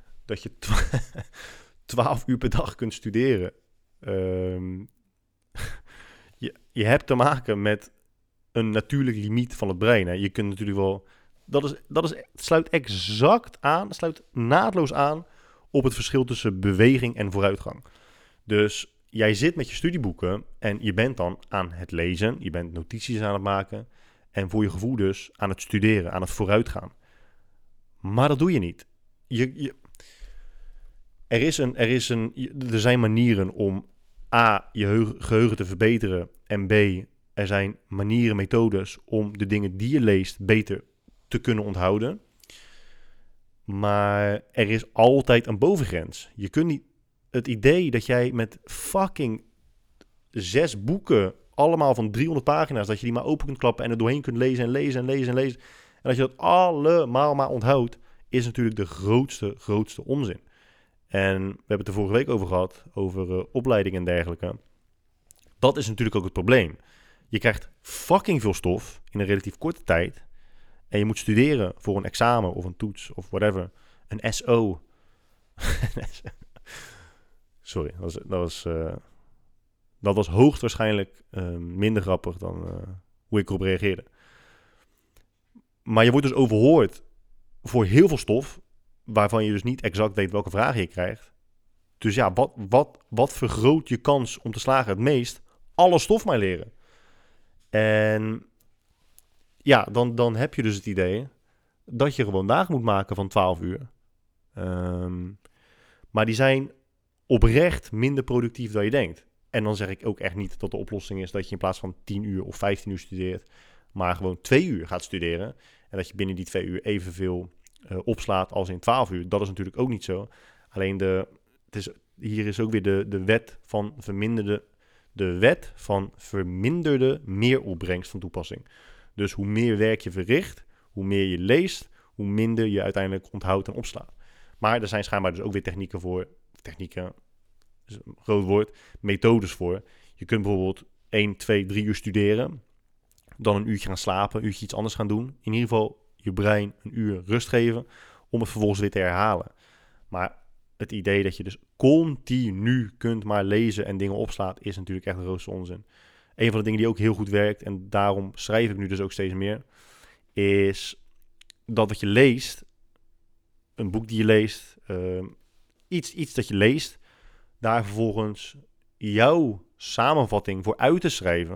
12 uur per dag kunt studeren. Je hebt te maken met een natuurlijk limiet van het brein. Hè. Je kunt natuurlijk wel... Het sluit exact aan, het sluit naadloos aan op het verschil tussen beweging en vooruitgang. Dus jij zit met je studieboeken en je bent dan aan het lezen, je bent notities aan het maken en voor je gevoel dus aan het studeren, aan het vooruitgaan. Maar dat doe je niet. Er zijn manieren om A, je geheugen te verbeteren en B, er zijn manieren, methodes om de dingen die je leest beter te kunnen onthouden. Maar er is altijd een bovengrens. Je kunt niet... Het idee dat jij met fucking 6 boeken, allemaal van 300 pagina's, dat je die maar open kunt klappen en er doorheen kunt lezen en lezen en lezen en lezen. En dat je dat allemaal maar onthoudt, is natuurlijk de grootste onzin. En we hebben het er vorige week over gehad, over opleiding en dergelijke. Dat is natuurlijk ook het probleem. Je krijgt fucking veel stof in een relatief korte tijd. En je moet studeren voor een examen of een toets of whatever. Een SO. Sorry, dat was hoogstwaarschijnlijk minder grappig dan hoe ik erop reageerde. Maar je wordt dus overhoord voor heel veel stof, waarvan je dus niet exact weet welke vragen je krijgt. Dus ja, wat vergroot je kans om te slagen het meest? Alle stof maar leren. En ja, dan heb je dus het idee dat je gewoon dagen moet maken van 12 uur. Maar die zijn oprecht minder productief dan je denkt. En dan zeg ik ook echt niet dat de oplossing is dat je in plaats van 10 uur of 15 uur studeert, maar gewoon 2 uur gaat studeren. En dat je binnen die 2 uur evenveel opslaat als in 12 uur. Dat is natuurlijk ook niet zo. Alleen hier is ook weer de wet van verminderde meeropbrengst van toepassing. Dus hoe meer werk je verricht, hoe meer je leest, hoe minder je uiteindelijk onthoudt en opslaat. Maar er zijn schijnbaar dus ook weer technieken, is een groot woord, methodes voor. Je kunt bijvoorbeeld 1, 2, 3 uur studeren, dan een uurtje gaan slapen, een uurtje iets anders gaan doen. In ieder geval je brein een uur rust geven om het vervolgens weer te herhalen. Maar het idee dat je dus continu kunt maar lezen en dingen opslaat, is natuurlijk echt de grootste onzin. Een van de dingen die ook heel goed werkt, en daarom schrijf ik nu dus ook steeds meer, is dat wat je leest, een boek die je leest, iets dat je leest, daar vervolgens jouw samenvatting voor uit te schrijven.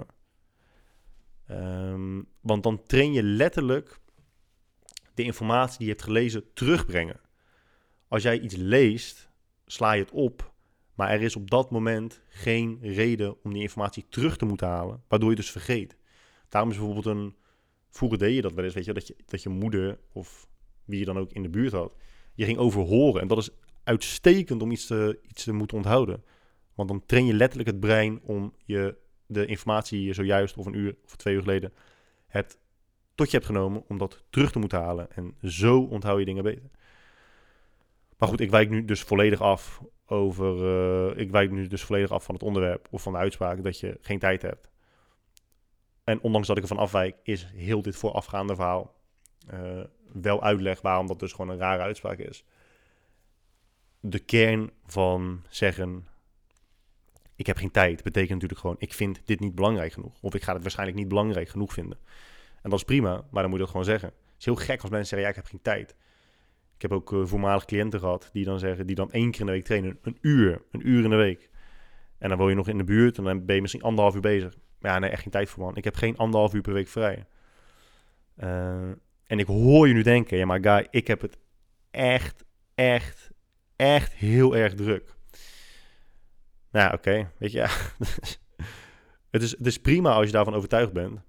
Want dan train je letterlijk de informatie die je hebt gelezen terugbrengen. Als jij iets leest, sla je het op, maar er is op dat moment geen reden om die informatie terug te moeten halen, waardoor je dus vergeet. Daarom is bijvoorbeeld vroeger deed je dat wel eens, weet je, dat je moeder of wie je dan ook in de buurt had, je ging overhoren. En dat is uitstekend om iets te moeten onthouden. Want dan train je letterlijk het brein om de informatie die je zojuist of een uur of 2 uur geleden tot je hebt genomen, om dat terug te moeten halen. En zo onthoud je dingen beter. Maar goed, ik wijk nu dus volledig af van het onderwerp of van de uitspraak dat je geen tijd hebt. En ondanks dat ik ervan afwijk, is heel dit voorafgaande verhaal wel uitleg waarom dat dus gewoon een rare uitspraak is. De kern van zeggen, ik heb geen tijd, betekent natuurlijk gewoon, ik vind dit niet belangrijk genoeg. Of ik ga het waarschijnlijk niet belangrijk genoeg vinden. En dat is prima, maar dan moet je dat gewoon zeggen. Het is heel gek als mensen zeggen, ja, ik heb geen tijd. Ik heb ook voormalige cliënten gehad die dan 1 keer in de week trainen. Een uur in de week. En dan woon je nog in de buurt en dan ben je misschien 1,5 uur bezig. Maar ja, nee, echt geen tijd voor, man. Ik heb geen 1,5 uur per week vrij. En ik hoor je nu denken, ja, maar guy, ik heb het echt heel erg druk. Nou, oké, weet je, ja. Het is prima als je daarvan overtuigd bent.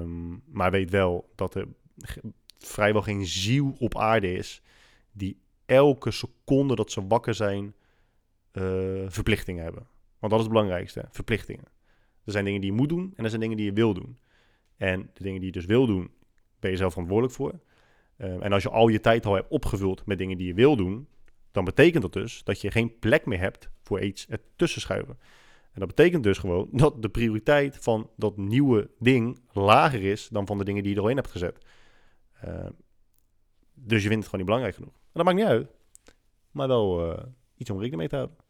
Maar weet wel dat er vrijwel geen ziel op aarde is die elke seconde dat ze wakker zijn verplichtingen hebben. Want dat is het belangrijkste, verplichtingen. Er zijn dingen die je moet doen en er zijn dingen die je wil doen. En de dingen die je dus wil doen, ben je zelf verantwoordelijk voor. En als je al je tijd al hebt opgevuld met dingen die je wil doen, dan betekent dat dus dat je geen plek meer hebt voor iets ertussen schuiven. En dat betekent dus gewoon dat de prioriteit van dat nieuwe ding lager is dan van de dingen die je er al in hebt gezet. Dus je vindt het gewoon niet belangrijk genoeg. En dat maakt niet uit, maar wel iets om rekening mee te houden.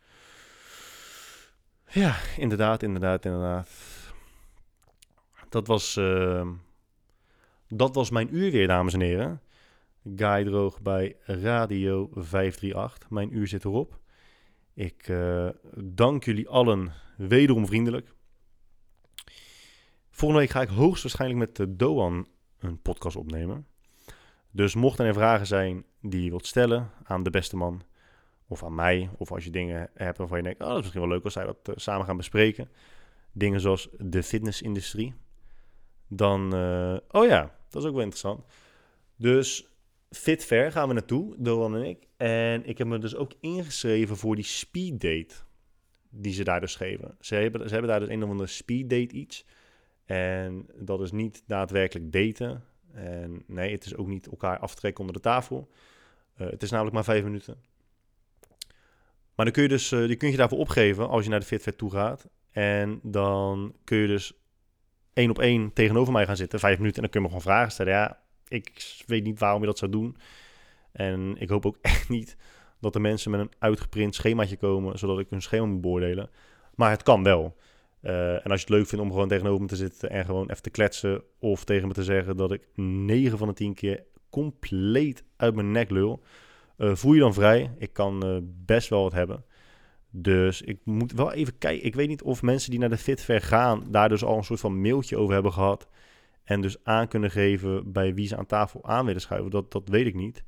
Ja, inderdaad. Dat was mijn uur weer, dames en heren. Guy Droog bij Radio 538. Mijn uur zit erop. Ik dank jullie allen wederom vriendelijk. Volgende week ga ik hoogstwaarschijnlijk met Doan een podcast opnemen. Dus mochten er vragen zijn die je wilt stellen aan de beste man, of aan mij, of als je dingen hebt waarvan je denkt, dat is misschien wel leuk als zij dat samen gaan bespreken. Dingen zoals de fitnessindustrie. Dan, dat is ook wel interessant. Dus Fitfair gaan we naartoe, Doan en ik. En ik heb me dus ook ingeschreven voor die speeddate die ze daar dus geven. Ze hebben daar dus een of andere speeddate iets. En dat is niet daadwerkelijk daten. En nee, het is ook niet elkaar aftrekken onder de tafel. Het is namelijk maar 5 minuten. Maar dan kun je dus, die kun je daarvoor opgeven als je naar de Fitfair toe gaat. En dan kun je dus 1 op 1 tegenover mij gaan zitten, 5 minuten. En dan kun je me gewoon vragen stellen. Ja, ik weet niet waarom je dat zou doen. En ik hoop ook echt niet dat de mensen met een uitgeprint schemaatje komen, zodat ik hun schema moet beoordelen. Maar het kan wel. En als je het leuk vindt om gewoon tegenover me te zitten en gewoon even te kletsen, of tegen me te zeggen dat ik 9 van de 10 keer compleet uit mijn nek lul, voel je dan vrij. Ik kan best wel wat hebben. Dus ik moet wel even kijken. Ik weet niet of mensen die naar de Fitfair gaan daar dus al een soort van mailtje over hebben gehad. En dus aan kunnen geven bij wie ze aan tafel aan willen schuiven. Dat weet ik niet.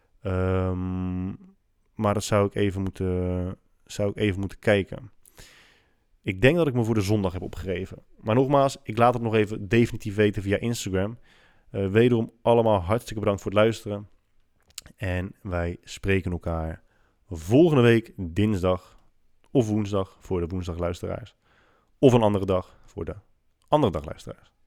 Maar dat zou ik even moeten kijken. Ik denk dat ik me voor de zondag heb opgegeven. Maar nogmaals, ik laat het nog even definitief weten via Instagram. Wederom allemaal hartstikke bedankt voor het luisteren. En wij spreken elkaar volgende week dinsdag of woensdag voor de woensdagluisteraars. Of een andere dag voor de andere dagluisteraars.